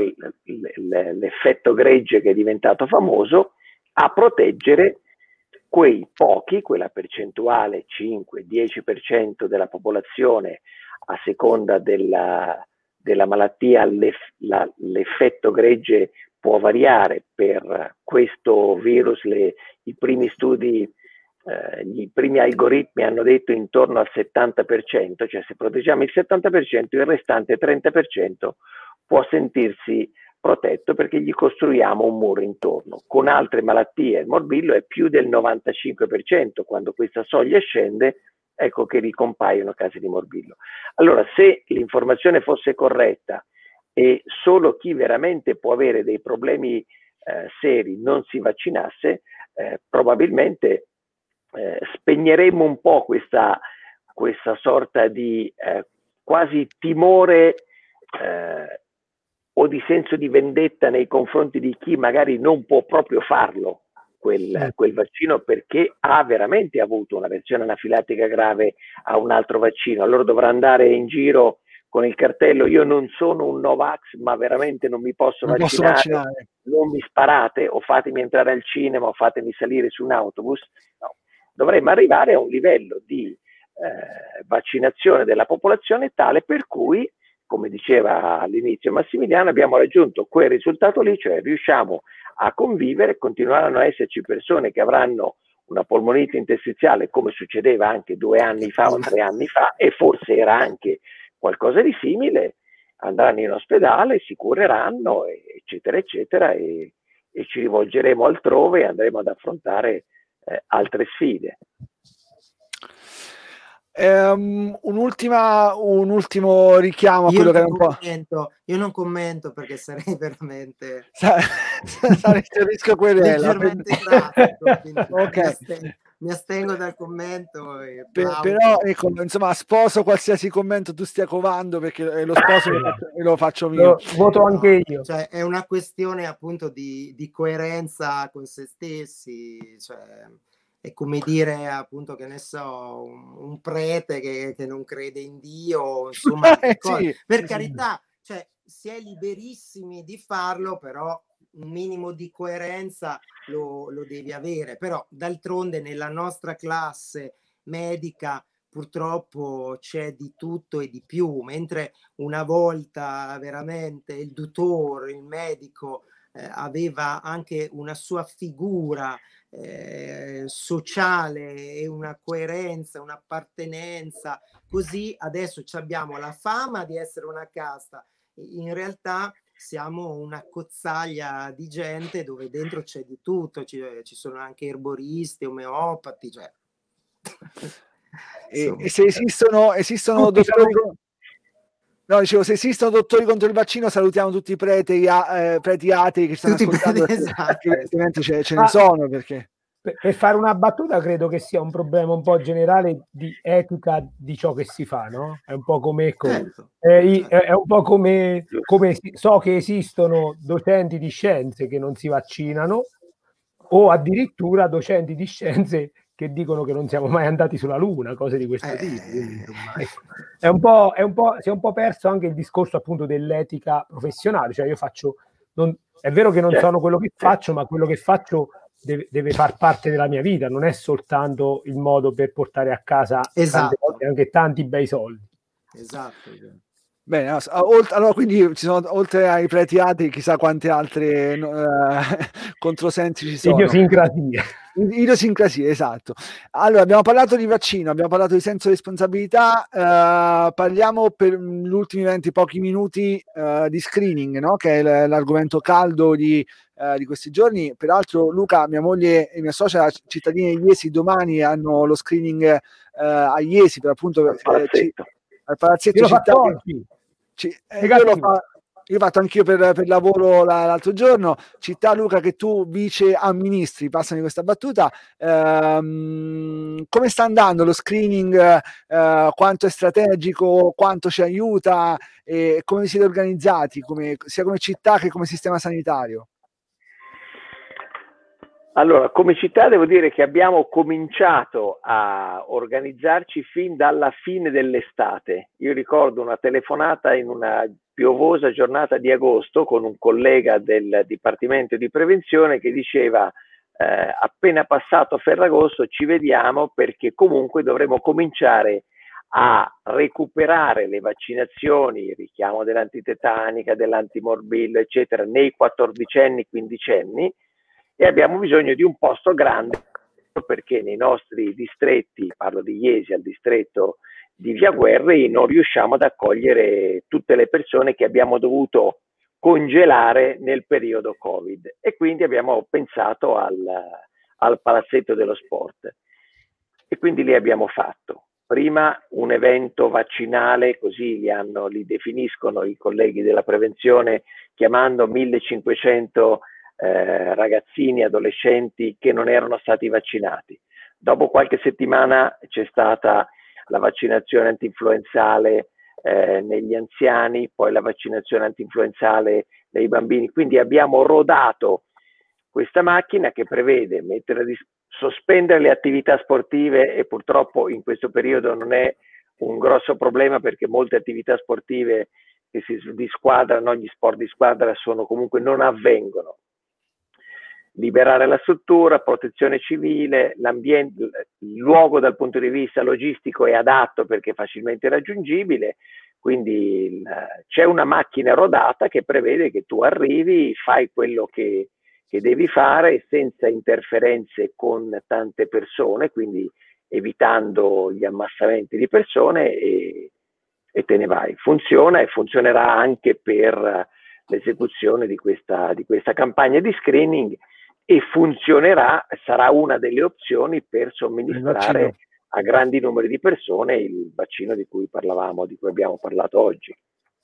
l'effetto gregge che è diventato famoso a proteggere quei pochi, quella percentuale cinque dieci per cento della popolazione a seconda della, della malattia, l'eff- la, l'effetto gregge può variare per questo virus, le, i primi studi Eh, i primi algoritmi hanno detto intorno al settanta per cento, cioè se proteggiamo il settanta per cento il restante trenta per cento può sentirsi protetto perché gli costruiamo un muro intorno. Con altre malattie il morbillo è più del novantacinque per cento, quando questa soglia scende ecco che ricompaiono casi di morbillo. Allora, se l'informazione fosse corretta e solo chi veramente può avere dei problemi eh, seri non si vaccinasse, eh, probabilmente Eh, spegneremo un po' questa, questa sorta di eh, quasi timore eh, o di senso di vendetta nei confronti di chi magari non può proprio farlo quel, quel vaccino perché ha veramente avuto una reazione anafilattica grave a un altro vaccino. Allora dovrà andare in giro con il cartello io non sono un Novax ma veramente non mi posso, non vaccinare, posso vaccinare, non mi sparate o fatemi entrare al cinema o fatemi salire su un autobus. No. Dovremmo arrivare a un livello di eh, vaccinazione della popolazione tale per cui, come diceva all'inizio Massimiliano, abbiamo raggiunto quel risultato lì, cioè riusciamo a convivere, continueranno a esserci persone che avranno una polmonite interstiziale come succedeva anche due anni fa o tre anni fa e forse era anche qualcosa di simile, andranno in ospedale, si cureranno, eccetera, eccetera, e, e ci rivolgeremo altrove e andremo ad affrontare Eh, altre sfide. Um, un'ultima, un ultimo richiamo a io quello che non era un po'. Commento, io non commento perché sarei veramente saresti a rischio querela. leggermente traffico, quindi okay. mi, astengo, mi astengo dal commento. E per, però ecco, insomma, sposo qualsiasi commento tu stia covando perché lo sposo e lo faccio, lo faccio mio. Lo voto anche io. Cioè, è una questione appunto di, di coerenza con se stessi, cioè, è come dire appunto che ne so un, un prete che, che non crede in Dio, insomma eh, sì, per sì, carità, cioè si è liberissimi di farlo, però un minimo di coerenza lo, lo devi avere. Però d'altronde nella nostra classe medica purtroppo c'è di tutto e di più, mentre una volta veramente il dottore, il medico eh, aveva anche una sua figura eh, sociale e una coerenza, un'appartenenza, così adesso abbiamo la fama di essere una casta, in realtà siamo una cozzaglia di gente dove dentro c'è di tutto, ci, ci sono anche erboristi, omeopati, cioè e, e se esistono esistono Tutti dottori sono... no dicevo se esistono dottori contro il vaccino salutiamo tutti i preti, eh, preti atei che stanno tutti ascoltando preti, esatto, evidentemente ce, ce Ma, ne sono perché per, per fare una battuta credo che sia un problema un po' generale di etica di ciò che si fa, no? È un po' come certo, eh, certo. è un po' come, come so che esistono docenti di scienze che non si vaccinano o addirittura docenti di scienze che dicono che non siamo mai andati sulla Luna, cose di questo eh, tipo. Quindi, insomma, ecco. È un po', è un po', si è un po' perso anche il discorso appunto dell'etica professionale, cioè io faccio, non, è vero che non certo, sono quello che certo. faccio, ma quello che faccio deve, deve far parte della mia vita, non è soltanto il modo per portare a casa esatto. tante volte anche tanti bei soldi. Esatto, esatto. Bene, allora quindi ci sono, oltre ai preti atei, chissà quante altre eh, controsensi ci sono. Idiosincrasie. Idiosincrasie, esatto. Allora, abbiamo parlato di vaccino, abbiamo parlato di senso di responsabilità, eh, parliamo per gli ultimi venti pochi minuti eh, di screening, no? Che è l'argomento caldo di, eh, di questi giorni. Peraltro, Luca, mia moglie e mia socia cittadina di Iesi domani hanno lo screening eh, a Iesi per appunto al palazzetto, al palazzetto io città. L'ho Ci, eh, io l'ho fa, io ho fatto anch'io per, per lavoro l'altro giorno. Città, Luca, che tu vice amministri, passami questa battuta, ehm, come sta andando lo screening, eh, quanto è strategico, quanto ci aiuta e come vi siete organizzati come, sia come città che come sistema sanitario? Allora, come città devo dire che abbiamo cominciato a organizzarci fin dalla fine dell'estate. Io ricordo una telefonata in una piovosa giornata di agosto con un collega del Dipartimento di Prevenzione che diceva eh, appena passato Ferragosto ci vediamo perché comunque dovremo cominciare a recuperare le vaccinazioni, il richiamo dell'antitetanica, dell'antimorbillo, eccetera, nei quattordicenni, quindicenni, e abbiamo bisogno di un posto grande perché nei nostri distretti, parlo di Iesi, al distretto di Via Guerri, non riusciamo ad accogliere tutte le persone che abbiamo dovuto congelare nel periodo Covid, e quindi abbiamo pensato al, al palazzetto dello sport, e quindi lì abbiamo fatto prima un evento vaccinale, così li, hanno, li definiscono i colleghi della prevenzione, chiamando millecinquecento Eh, ragazzini, adolescenti che non erano stati vaccinati. Dopo qualche settimana c'è stata la vaccinazione antinfluenzale eh, negli anziani, poi la vaccinazione antinfluenzale nei bambini. Quindi abbiamo rodato questa macchina che prevede mettere di, sospendere le attività sportive, e purtroppo in questo periodo non è un grosso problema perché molte attività sportive che si, di squadra, no, gli sport di squadra sono comunque non avvengono. Liberare la struttura, protezione civile, l'ambiente, il luogo dal punto di vista logistico è adatto perché è facilmente raggiungibile, quindi il, c'è una macchina rodata che prevede che tu arrivi, fai quello che, che devi fare senza interferenze con tante persone, quindi evitando gli ammassamenti di persone, e, e te ne vai. Funziona e funzionerà anche per l'esecuzione di questa, di questa campagna di screening, e funzionerà, sarà una delle opzioni per somministrare a grandi numeri di persone il vaccino di cui parlavamo, di cui abbiamo parlato oggi.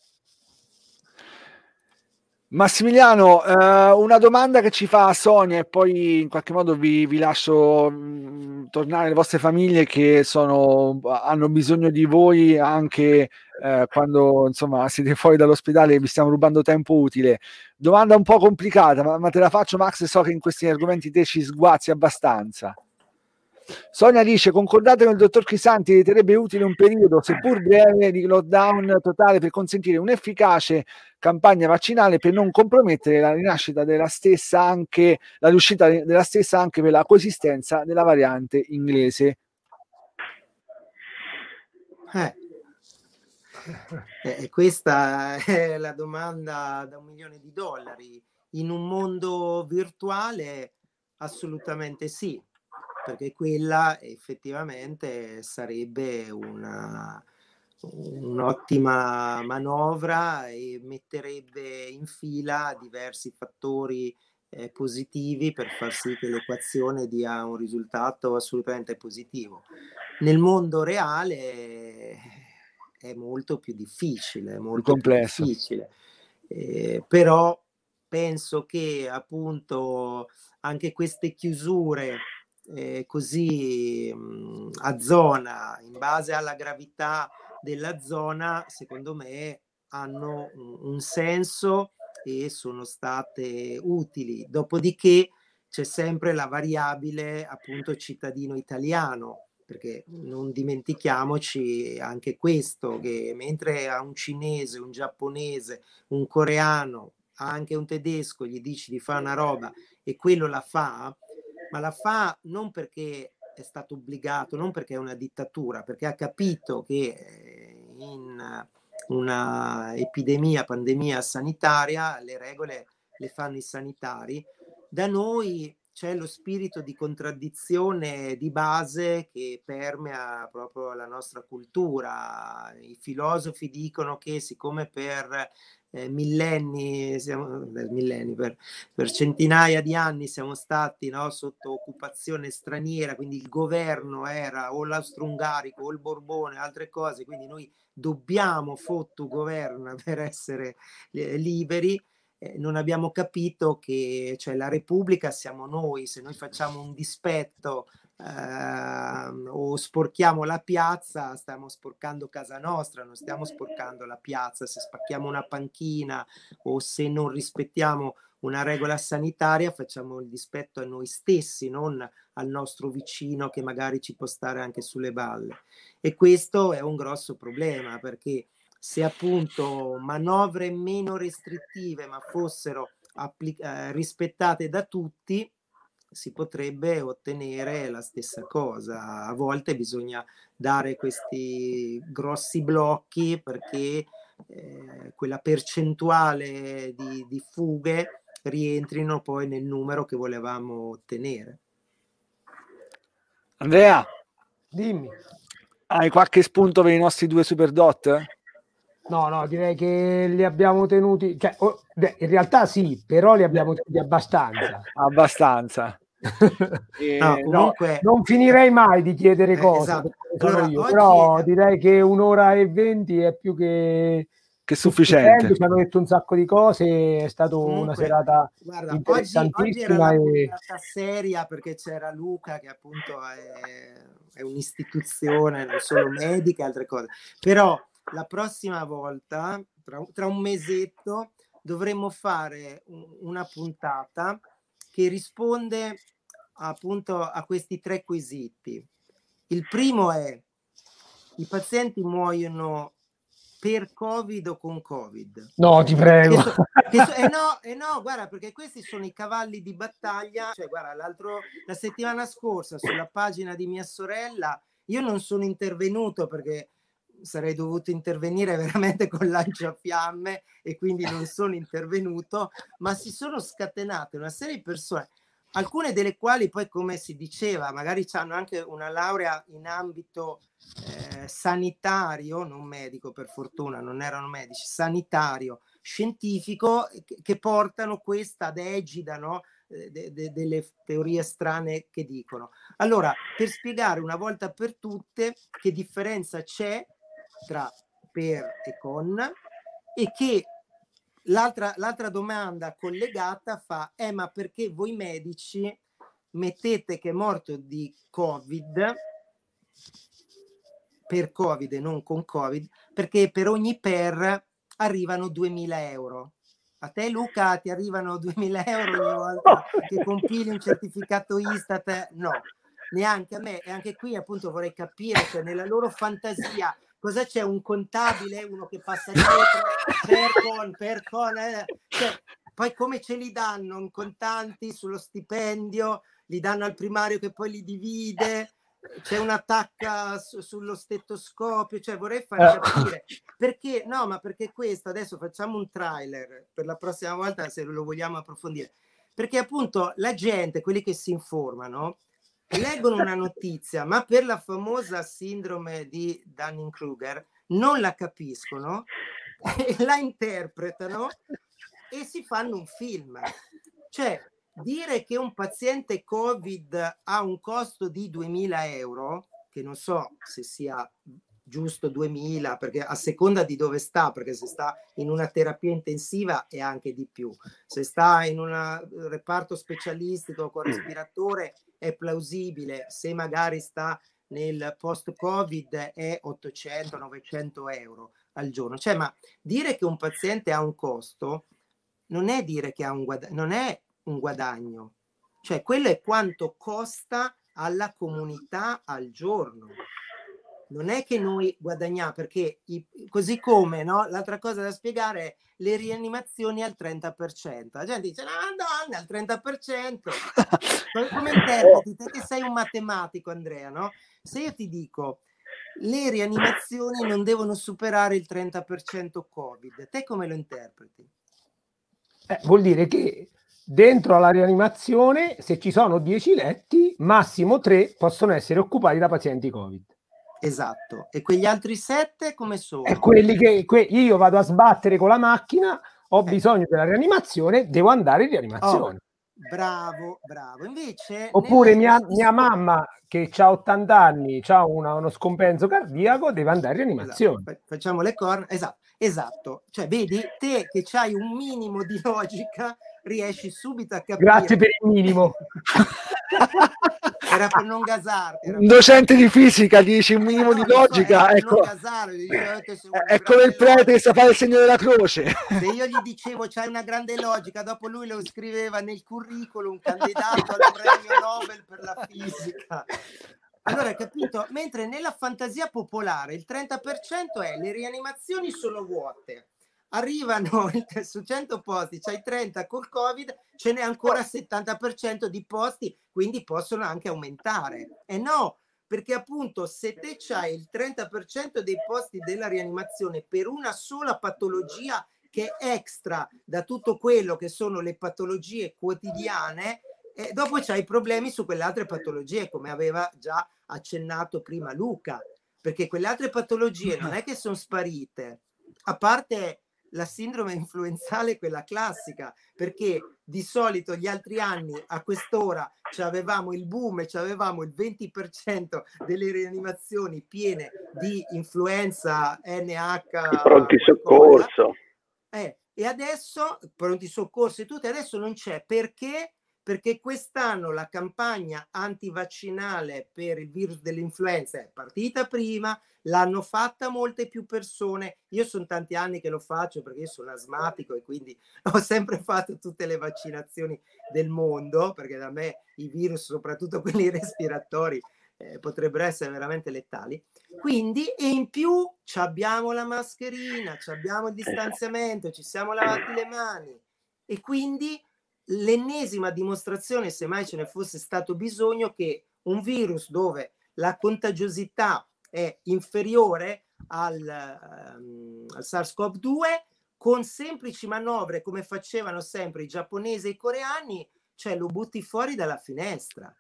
Massimiliano, eh, una domanda che ci fa Sonia e poi in qualche modo vi, vi lascio mh, tornare alle vostre famiglie che sono, hanno bisogno di voi anche eh, quando insomma siete fuori dall'ospedale e vi stiamo rubando tempo utile. Domanda un po' complicata, ma, ma te la faccio, Max, so che in questi argomenti te ci sguazzi abbastanza. Sonia dice: concordate con il dottor Crisanti, riterebbe utile un periodo, seppur breve, di lockdown totale per consentire un'efficace campagna vaccinale per non compromettere la rinascita della stessa, anche la riuscita della stessa anche per la coesistenza della variante inglese. Eh. Eh, questa è la domanda da un milione di dollari. In un mondo virtuale assolutamente sì, perché quella effettivamente sarebbe una, un'ottima manovra e metterebbe in fila diversi fattori eh, positivi per far sì che l'equazione dia un risultato assolutamente positivo. Nel mondo reale è molto più difficile, è molto più difficile. Eh, però penso che appunto anche queste chiusure eh, così mh, a zona, in base alla gravità della zona, secondo me hanno un, un senso e sono state utili. Dopodiché c'è sempre la variabile appunto cittadino italiano, perché non dimentichiamoci anche questo, che mentre a un cinese, un giapponese, un coreano, anche un tedesco gli dici di fare una roba e quello la fa, ma la fa non perché è stato obbligato, non perché è una dittatura, perché ha capito che in una epidemia, pandemia sanitaria, le regole le fanno i sanitari. Da noi c'è lo spirito di contraddizione di base che permea proprio la nostra cultura. I filosofi dicono che siccome per eh, millenni, siamo, eh, millenni per, per centinaia di anni siamo stati, no, sotto occupazione straniera, quindi il governo era o l'austro-ungarico o il Borbone, altre cose, quindi noi dobbiamo fottu governo per essere eh, liberi. Eh, non abbiamo capito che, cioè, la Repubblica siamo noi. Se noi facciamo un dispetto eh, o sporchiamo la piazza, stiamo sporcando casa nostra, non stiamo sporcando la piazza. Se spacchiamo una panchina o se non rispettiamo una regola sanitaria, facciamo il dispetto a noi stessi, non al nostro vicino che magari ci può stare anche sulle balle. E questo è un grosso problema, perché se appunto manovre meno restrittive ma fossero applic- eh, rispettate da tutti, si potrebbe ottenere la stessa cosa. A volte bisogna dare questi grossi blocchi perché eh, quella percentuale di, di fughe rientrino poi nel numero che volevamo ottenere. Andrea, dimmi. Hai qualche spunto per i nostri due super dot? No, no, direi che li abbiamo tenuti, cioè, oh, in realtà sì, però li abbiamo tenuti abbastanza. Abbastanza. Eh, no, comunque, no, non finirei mai di chiedere cose, eh, esatto. Allora, io, oggi... però direi che un'ora e venti è più che, che sufficiente. Ci hanno detto un sacco di cose, è stata una serata guarda, interessantissima. Oggi, oggi era e... una puntata seria perché c'era Luca che appunto è, è un'istituzione, non solo medica e altre cose, però la prossima volta, tra, tra un mesetto, dovremmo fare un, una puntata che risponde appunto a questi tre quesiti. Il primo è: i pazienti muoiono per Covid o con Covid? No, ti prego. Che so, che so, eh no, eh no, guarda, perché questi sono i cavalli di battaglia. Cioè, guarda, l'altro, la settimana scorsa sulla pagina di mia sorella io non sono intervenuto perché sarei dovuto intervenire veramente con lanciafiamme e quindi non sono intervenuto, ma si sono scatenate una serie di persone, alcune delle quali poi, come si diceva, magari hanno anche una laurea in ambito eh, sanitario, non medico per fortuna, non erano medici, sanitario, scientifico, che, che portano questa ad egida, no? De, de, delle teorie strane che dicono. Allora, per spiegare una volta per tutte che differenza c'è tra per e con, e che l'altra, l'altra domanda collegata fa eh ma perché voi medici mettete che è morto di Covid per Covid e non con Covid, perché per ogni per arrivano duemila euro. A te, Luca, ti arrivano duemila euro ogni volta che compili un certificato Istat? No, neanche a me. E anche qui appunto vorrei capire, cioè nella loro fantasia, cosa c'è? Un contabile, uno che passa dietro, per con, per con, eh. Cioè, poi come ce li danno in contanti sullo stipendio? Li danno al primario che poi li divide? C'è un'attacca su, sullo stetoscopio, cioè vorrei far capire perché, no, ma perché questo, adesso facciamo un trailer per la prossima volta se lo vogliamo approfondire, perché appunto la gente, quelli che si informano, leggono una notizia, ma per la famosa sindrome di Dunning-Kruger non la capiscono, la interpretano e si fanno un film. Cioè, dire che un paziente Covid ha un costo di duemila euro, che non so se sia giusto duemila, perché a seconda di dove sta, perché se sta in una terapia intensiva è anche di più, se sta in un reparto specialistico con respiratore è plausibile, se magari sta nel post-Covid è ottocento novecento euro al giorno. Cioè, ma dire che un paziente ha un costo non è dire che ha un guadagno, non è un guadagno, cioè quello è quanto costa alla comunità al giorno. Non è che noi guadagniamo, perché i, così come, no? L'altra cosa da spiegare è le rianimazioni al trenta per cento. La gente dice, no, Madonna, al trenta per cento. Come interpreti? Te che sei un matematico, Andrea, no? Se io ti dico le rianimazioni non devono superare il trenta per cento Covid. Te come lo interpreti? Eh, vuol dire che dentro alla rianimazione, se ci sono dieci letti, massimo tre possono essere occupati da pazienti Covid. Esatto. E quegli altri sette come sono? E quelli che que- io vado a sbattere con la macchina, ho Eh. bisogno della rianimazione, devo andare in rianimazione. Oh, bravo, bravo. Invece Oppure nel- mia, nel mia discor- mamma che ha ottanta anni, ha uno scompenso cardiaco, deve andare in rianimazione. Esatto. Facciamo le corna. Esatto, esatto. Cioè, vedi, te che c'hai un minimo di logica, riesci subito a capire. Grazie per il minimo. Era per non gasarti. Un docente di fisica dici un minimo Eh, no, di lo so, logica, era per ecco. non gasare, diceva che sei un È come il grande prete che logico. sa fare il segno della croce. Se io gli dicevo c'hai una grande logica, dopo lui lo scriveva nel curriculum, candidato al premio Nobel per la fisica. Allora, capito? Mentre nella fantasia popolare il trenta per cento è le rianimazioni sono vuote. Arrivano su cento posti, c'hai trenta col Covid, ce n'è ancora settanta per cento di posti, quindi possono anche aumentare. E no, perché appunto se te c'hai il trenta per cento dei posti della rianimazione per una sola patologia che è extra da tutto quello che sono le patologie quotidiane, e dopo c'hai problemi su quelle altre patologie, come aveva già accennato prima Luca, perché quelle altre patologie non è che sono sparite, a parte la sindrome influenzale, quella classica, perché di solito gli altri anni a quest'ora avevamo il boom e avevamo il venti per cento delle rianimazioni piene di influenza N H, I pronti soccorso. Eh, e adesso pronti soccorso e tutti, adesso non c'è. Perché? Perché quest'anno la campagna antivaccinale per il virus dell'influenza è partita prima, l'hanno fatta molte più persone. Io sono tanti anni che lo faccio perché io sono asmatico e quindi ho sempre fatto tutte le vaccinazioni del mondo, perché da me i virus, soprattutto quelli respiratori, eh, potrebbero essere veramente letali. Quindi, e in più abbiamo la mascherina, abbiamo il distanziamento, ci siamo lavati le mani e quindi l'ennesima dimostrazione, se mai ce ne fosse stato bisogno, che un virus dove la contagiosità è inferiore al, um, al SARS-CoV due, con semplici manovre come facevano sempre i giapponesi e i coreani, cioè lo butti fuori dalla finestra.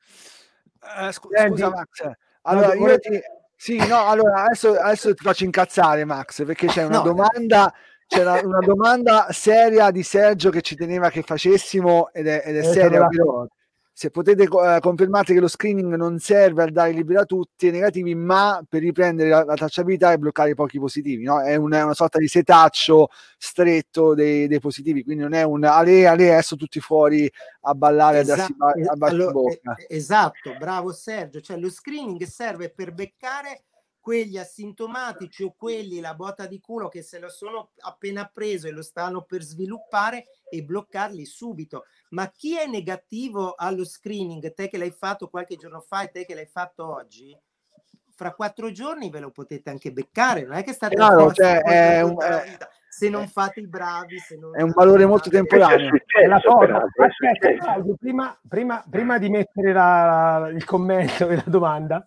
Uh, scu- scusa Max, allora no, io ti... Sì, no, allora adesso, adesso ti faccio incazzare Max, perché c'è una No. domanda... C'era una domanda seria di Sergio che ci teneva che facessimo ed è, ed è seria, ovvero, se potete uh, confermate che lo screening non serve a dare liberi a tutti i negativi, ma per riprendere la, la tracciabilità e bloccare i pochi positivi, no? È una, una sorta di setaccio stretto dei, dei positivi, quindi non è un ale, ale, adesso tutti fuori a ballare, Esatto, a darsi a battibocca. Allora, esatto, bravo Sergio, cioè lo screening serve per beccare quegli asintomatici o quelli la botta di culo che se lo sono appena preso e lo stanno per sviluppare e bloccarli subito. Ma chi è negativo allo screening, te che l'hai fatto qualche giorno fa e te che l'hai fatto oggi, fra quattro giorni ve lo potete anche beccare, non è che state claro, cioè, è un, la vita, se non fate i bravi, se non è un valore molto temporaneo. È la cosa. Aspetta, prima, prima, prima di mettere la, il commento e la domanda,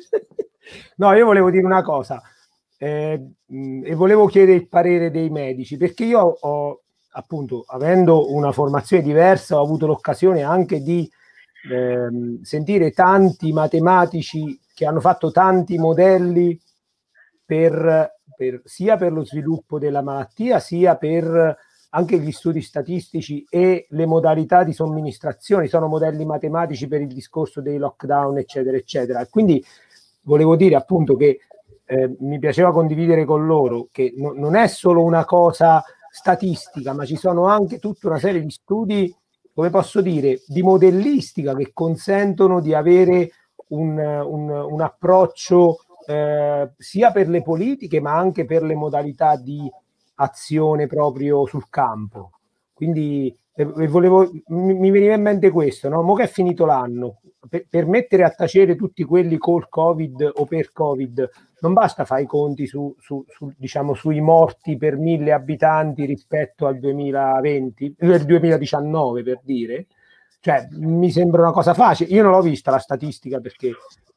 no, io volevo dire una cosa eh, mh, e volevo chiedere il parere dei medici, perché io ho, appunto, avendo una formazione diversa, ho avuto l'occasione anche di ehm, sentire tanti matematici che hanno fatto tanti modelli per, per, sia per lo sviluppo della malattia, sia per anche gli studi statistici e le modalità di somministrazione. Sono modelli matematici per il discorso dei lockdown, eccetera, eccetera. Quindi volevo dire appunto che eh, mi piaceva condividere con loro che no, non è solo una cosa statistica, ma ci sono anche tutta una serie di studi, come posso dire, di modellistica che consentono di avere un, un, un approccio eh, sia per le politiche ma anche per le modalità di azione proprio sul campo. Quindi eh, volevo, mi, mi veniva in mente questo, no? Mo che è finito l'anno, per, per mettere a tacere tutti quelli col Covid o per Covid non basta fare i conti su, su, su, diciamo, sui morti per mille abitanti rispetto al duemilaventi, nel duemiladiciannove per dire, cioè mi sembra una cosa facile. Io non l'ho vista la statistica perché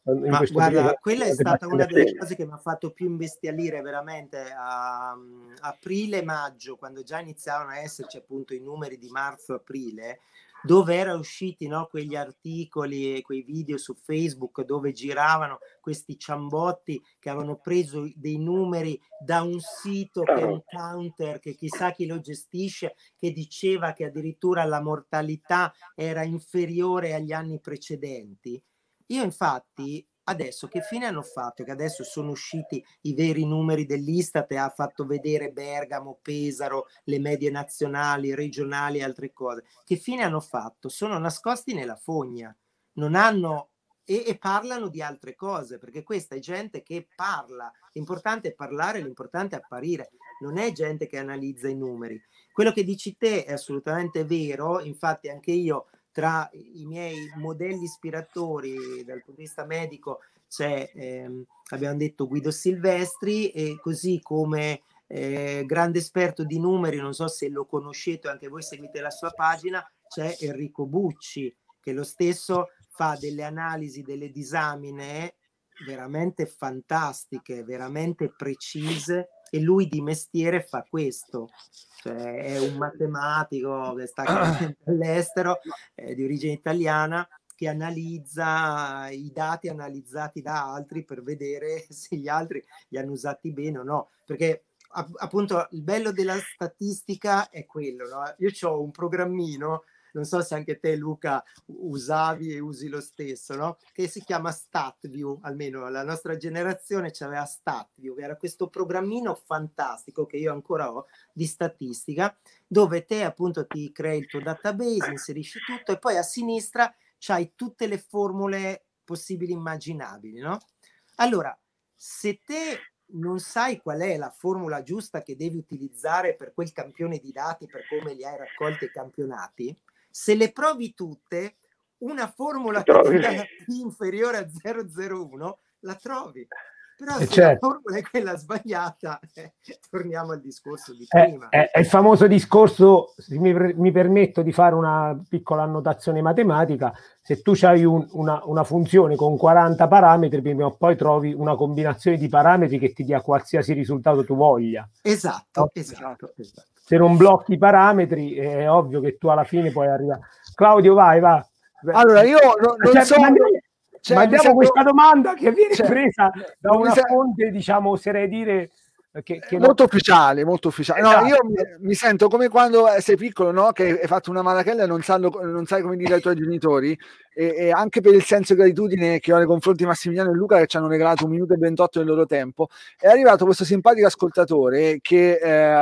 In Ma questo guarda, periodo, quella è eh, stata una delle sì. cose che mi ha fatto più imbestialire veramente a um, aprile-maggio, quando già iniziavano a esserci appunto i numeri di marzo-aprile, dove erano usciti, no, quegli articoli e quei video su Facebook dove giravano questi ciambotti che avevano preso dei numeri da un sito che è un counter, che chissà chi lo gestisce, che diceva che addirittura la mortalità era inferiore agli anni precedenti. Io infatti adesso che fine hanno fatto? Che adesso sono usciti i veri numeri dell'Istat e ha fatto vedere Bergamo, Pesaro, le medie nazionali, regionali e altre cose. Che fine hanno fatto? Sono nascosti nella fogna, non hanno e, e parlano di altre cose, perché questa è gente che parla. L'importante è parlare, l'importante è apparire, non è gente che analizza i numeri. Quello che dici te è assolutamente vero, infatti anche io tra i miei modelli ispiratori dal punto di vista medico c'è, ehm, abbiamo detto, Guido Silvestri, e così come eh, grande esperto di numeri, non so se lo conoscete, anche voi seguite la sua pagina, c'è Enrico Bucci, che lo stesso fa delle analisi, delle disamine veramente fantastiche, veramente precise, e lui di mestiere fa questo. Cioè, è un matematico che sta all'estero, eh, di origine italiana, che analizza i dati analizzati da altri per vedere se gli altri li hanno usati bene o no, perché appunto il bello della statistica è quello, no? Io ho un programmino, non so se anche te Luca usavi e usi lo stesso, no? Che si chiama StatView, almeno la nostra generazione c'aveva StatView, che era questo programmino fantastico che io ancora ho di statistica, dove te appunto ti crei il tuo database, inserisci tutto e poi a sinistra c'hai tutte le formule possibili immaginabili, no? Allora, se te non sai qual è la formula giusta che devi utilizzare per quel campione di dati, per come li hai raccolti e campionati, se le provi tutte, una formula che ti dà la P inferiore a zero virgola zero uno la trovi. Però se certo. la formula è quella sbagliata, eh, torniamo al discorso di prima. È, è, è il famoso discorso, se mi, mi permetto di fare una piccola annotazione matematica, se tu hai un, una, una funzione con quaranta parametri, prima o poi trovi una combinazione di parametri che ti dia qualsiasi risultato tu voglia. Esatto, no? esatto, esatto. Se non blocchi i parametri è ovvio che tu alla fine puoi arrivare. Claudio, vai, va. Allora, io non, non cioè, so... Cioè, mandiamo sento... questa domanda che viene cioè, presa da una se... fonte, diciamo, oserei dire che, che molto non... ufficiale, molto ufficiale. Esatto. No, io mi, mi sento come quando sei piccolo, no? Che hai fatto una malachella e non, sanno, non sai come dire ai tuoi genitori, e, e anche per il senso di gratitudine che ho nei confronti di Massimiliano e Luca, che ci hanno regalato un minuto e ventotto del loro tempo. È arrivato questo simpatico ascoltatore che,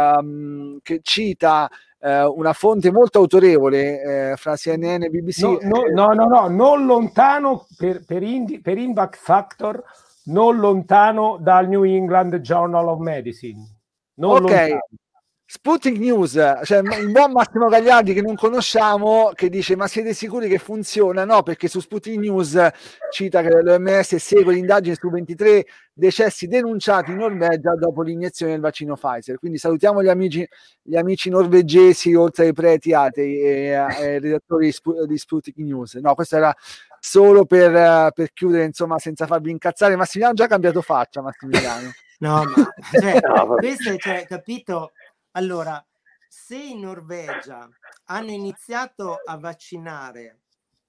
ehm, che cita eh, una fonte molto autorevole, eh, fra C N N e B B C. No, no, no, no, no, non lontano per, per, Indi, per Impact Factor, non lontano dal New England Journal of Medicine. Non ok, lontano. Sputnik News, cioè il buon Massimo Gagliardi che non conosciamo, che dice: ma siete sicuri che funziona? No, perché su Sputnik News cita che l'O M S segue l'indagine su ventitré decessi denunciati in Norvegia dopo l'iniezione del vaccino Pfizer. Quindi salutiamo gli amici, gli amici norvegesi, oltre ai preti atei e ai redattori di, Sp- di Sputnik News. No, questo era solo per, per chiudere, insomma, senza farvi incazzare. Massimiliano ha già cambiato faccia, Massimiliano. No, ma cioè, questo è, cioè, capito? Allora, se in Norvegia hanno iniziato a vaccinare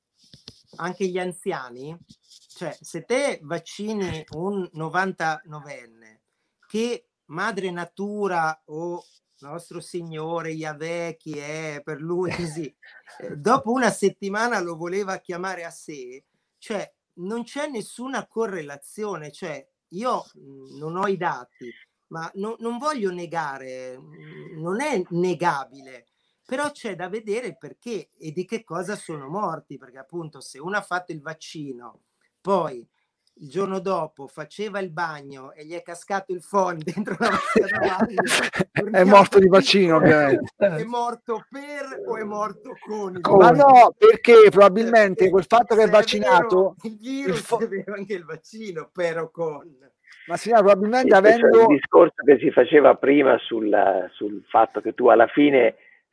anche gli anziani, cioè se te vaccini un novantanovenne che madre natura o nostro signore Yahweh, chi è per lui così, eh, dopo una settimana lo voleva chiamare a sé, cioè non c'è nessuna correlazione, cioè io mh, non ho i dati, ma no, non voglio negare, non è negabile, però c'è da vedere perché e di che cosa sono morti, perché appunto se uno ha fatto il vaccino, poi il giorno dopo faceva il bagno e gli è cascato il phon dentro la vasca da bagno, è morto di vaccino, ovviamente. È morto per o è morto con il Ma vaccino? no, perché probabilmente quel fatto che è vaccinato, è vero, il virus il fo- è vero anche il vaccino, per o con. Ma sì, probabilmente sì, avendo il discorso che si faceva prima sul, sul fatto che tu alla fine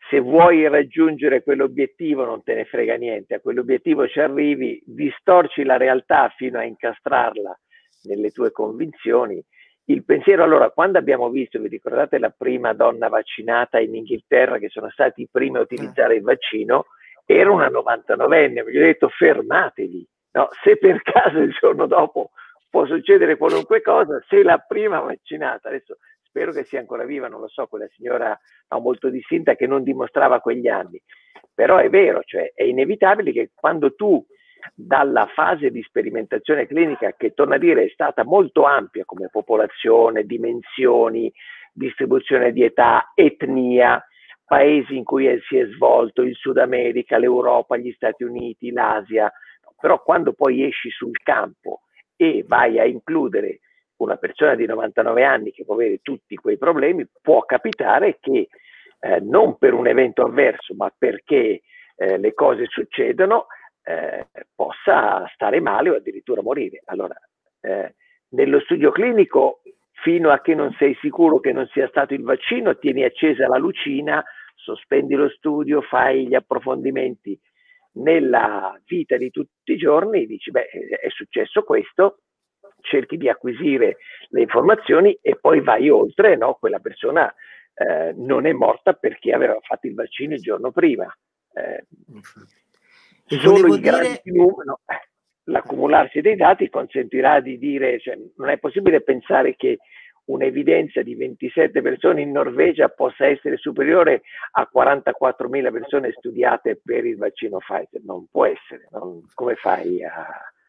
se vuoi raggiungere quell'obiettivo non te ne frega niente, a quell'obiettivo ci arrivi, distorci la realtà fino a incastrarla nelle tue convinzioni. Il pensiero, allora, quando abbiamo visto, vi ricordate la prima donna vaccinata in Inghilterra, che sono stati i primi a utilizzare il vaccino, era una novantanovenne, mi ho detto fermatevi, no? Se per caso il giorno dopo può succedere qualunque cosa, se la prima vaccinata, adesso spero che sia ancora viva, non lo so, quella signora no, molto distinta che non dimostrava quegli anni, però è vero, cioè è inevitabile che quando tu dalla fase di sperimentazione clinica, che torna a dire è stata molto ampia come popolazione, dimensioni, distribuzione di età, etnia, paesi in cui si è svolto, il Sud America, l'Europa, gli Stati Uniti, l'Asia, però quando poi esci sul campo e vai a includere una persona di novantanove anni che può avere tutti quei problemi, può capitare che eh, non per un evento avverso, ma perché eh, le cose succedono, eh, possa stare male o addirittura morire. Allora, eh, nello studio clinico, fino a che non sei sicuro che non sia stato il vaccino, tieni accesa la lucina, sospendi lo studio, fai gli approfondimenti nella vita di tutti i giorni, dici, beh, è successo questo, cerchi di acquisire le informazioni e poi vai oltre, no? Quella persona eh, non è morta perché aveva fatto il vaccino il giorno prima. Eh, solo i grandi numeri, no? L'accumularsi dei dati consentirà di dire, cioè, non è possibile pensare che un'evidenza di ventisette persone in Norvegia possa essere superiore a quarantaquattromila persone studiate per il vaccino Pfizer. Non può essere, non, come fai a...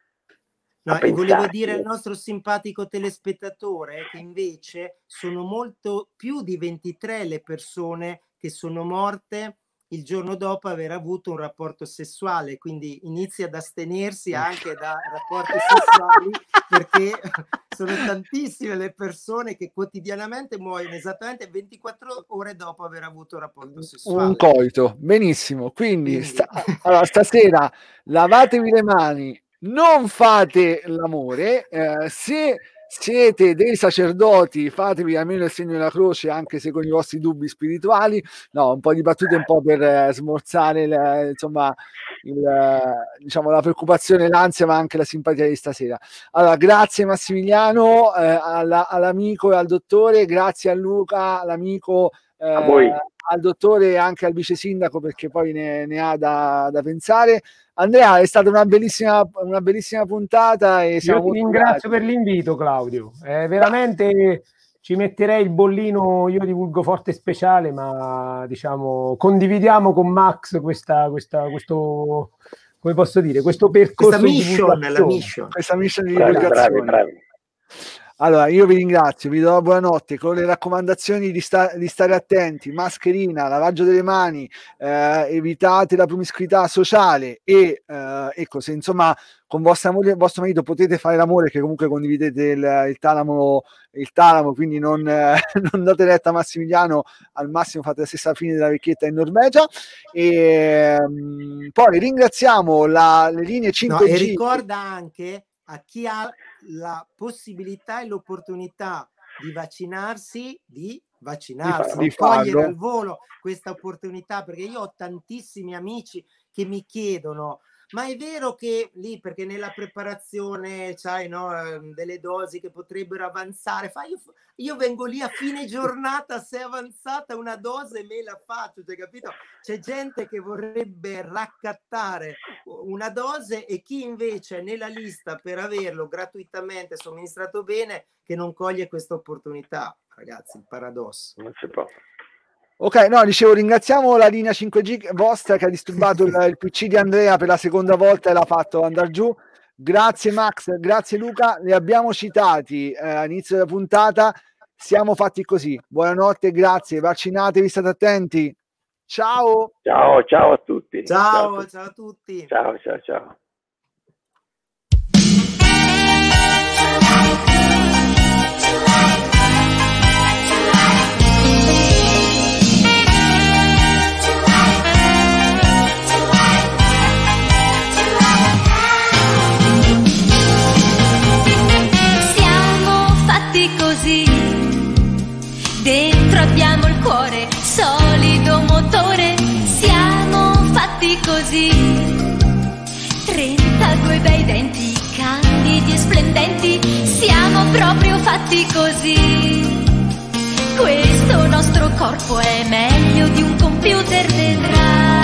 No, e volevo dire al nostro simpatico telespettatore che invece sono molto più di ventitré le persone che sono morte il giorno dopo aver avuto un rapporto sessuale, quindi inizia ad astenersi anche da rapporti sessuali perché sono tantissime le persone che quotidianamente muoiono esattamente ventiquattro ore dopo aver avuto un rapporto sessuale. Un coito, benissimo, quindi, quindi... Sta- allora, stasera lavatevi le mani, non fate l'amore, eh, se siete dei sacerdoti fatevi almeno il segno della croce anche se con i vostri dubbi spirituali. No, un po' di battute un po' per eh, smorzare il, insomma il, diciamo, la preoccupazione, l'ansia, ma anche la simpatia di stasera. Allora, grazie Massimiliano, eh, alla, all'amico e al dottore, grazie a Luca, all'amico, eh, a voi, al dottore e anche al vice sindaco, perché poi ne, ne ha da, da pensare. Andrea, è stata una bellissima, una bellissima puntata e siamo io ti ringrazio per l'invito, Claudio. Eh, veramente ci metterei il bollino io di Vulgo Forte speciale, ma diciamo condividiamo con Max questa, questa, questo, come posso dire, questo percorso, questa mission, la mission. questa mission di bravi, divulgazione. bravi, bravi. Allora, io vi ringrazio, vi do la buonanotte con le raccomandazioni di, sta- di stare attenti, mascherina, lavaggio delle mani, eh, evitate la promiscuità sociale e eh, ecco, se insomma con vostra moglie e vostro marito potete fare l'amore, che comunque condividete il, il talamo, il talamo, quindi non, eh, non date retta a Massimiliano, al massimo fate la stessa fine della vecchietta in Norvegia. E um, poi ringraziamo la, le linee cinque G. No, e ricorda anche a chi ha la possibilità e l'opportunità di vaccinarsi, di vaccinarsi, di, di cogliere al volo questa opportunità, perché io ho tantissimi amici che mi chiedono: ma è vero che lì, perché nella preparazione c'hai, no, delle dosi che potrebbero avanzare, fa, io, io vengo lì a fine giornata, se è avanzata una dose me la faccio, cioè, capito? C'è gente che vorrebbe raccattare una dose e chi invece è nella lista per averlo gratuitamente somministrato bene, che non coglie questa opportunità. Ragazzi, il paradosso. Non si può. Ok, no, dicevo, ringraziamo la linea cinque G vostra che ha disturbato il, il P C di Andrea per la seconda volta e l'ha fatto andare giù. Grazie Max, grazie Luca, li abbiamo citati eh, all'inizio della puntata, siamo fatti così. Buonanotte, grazie, vaccinatevi, state attenti. Ciao. Ciao, ciao a tutti. Ciao, ciao a tutti. Ciao, ciao, ciao. Così dentro abbiamo il cuore, solido motore, così. Trentadue bei denti, candidi e splendenti, siamo proprio fatti così. Questo nostro corpo è meglio di un computer del R A I.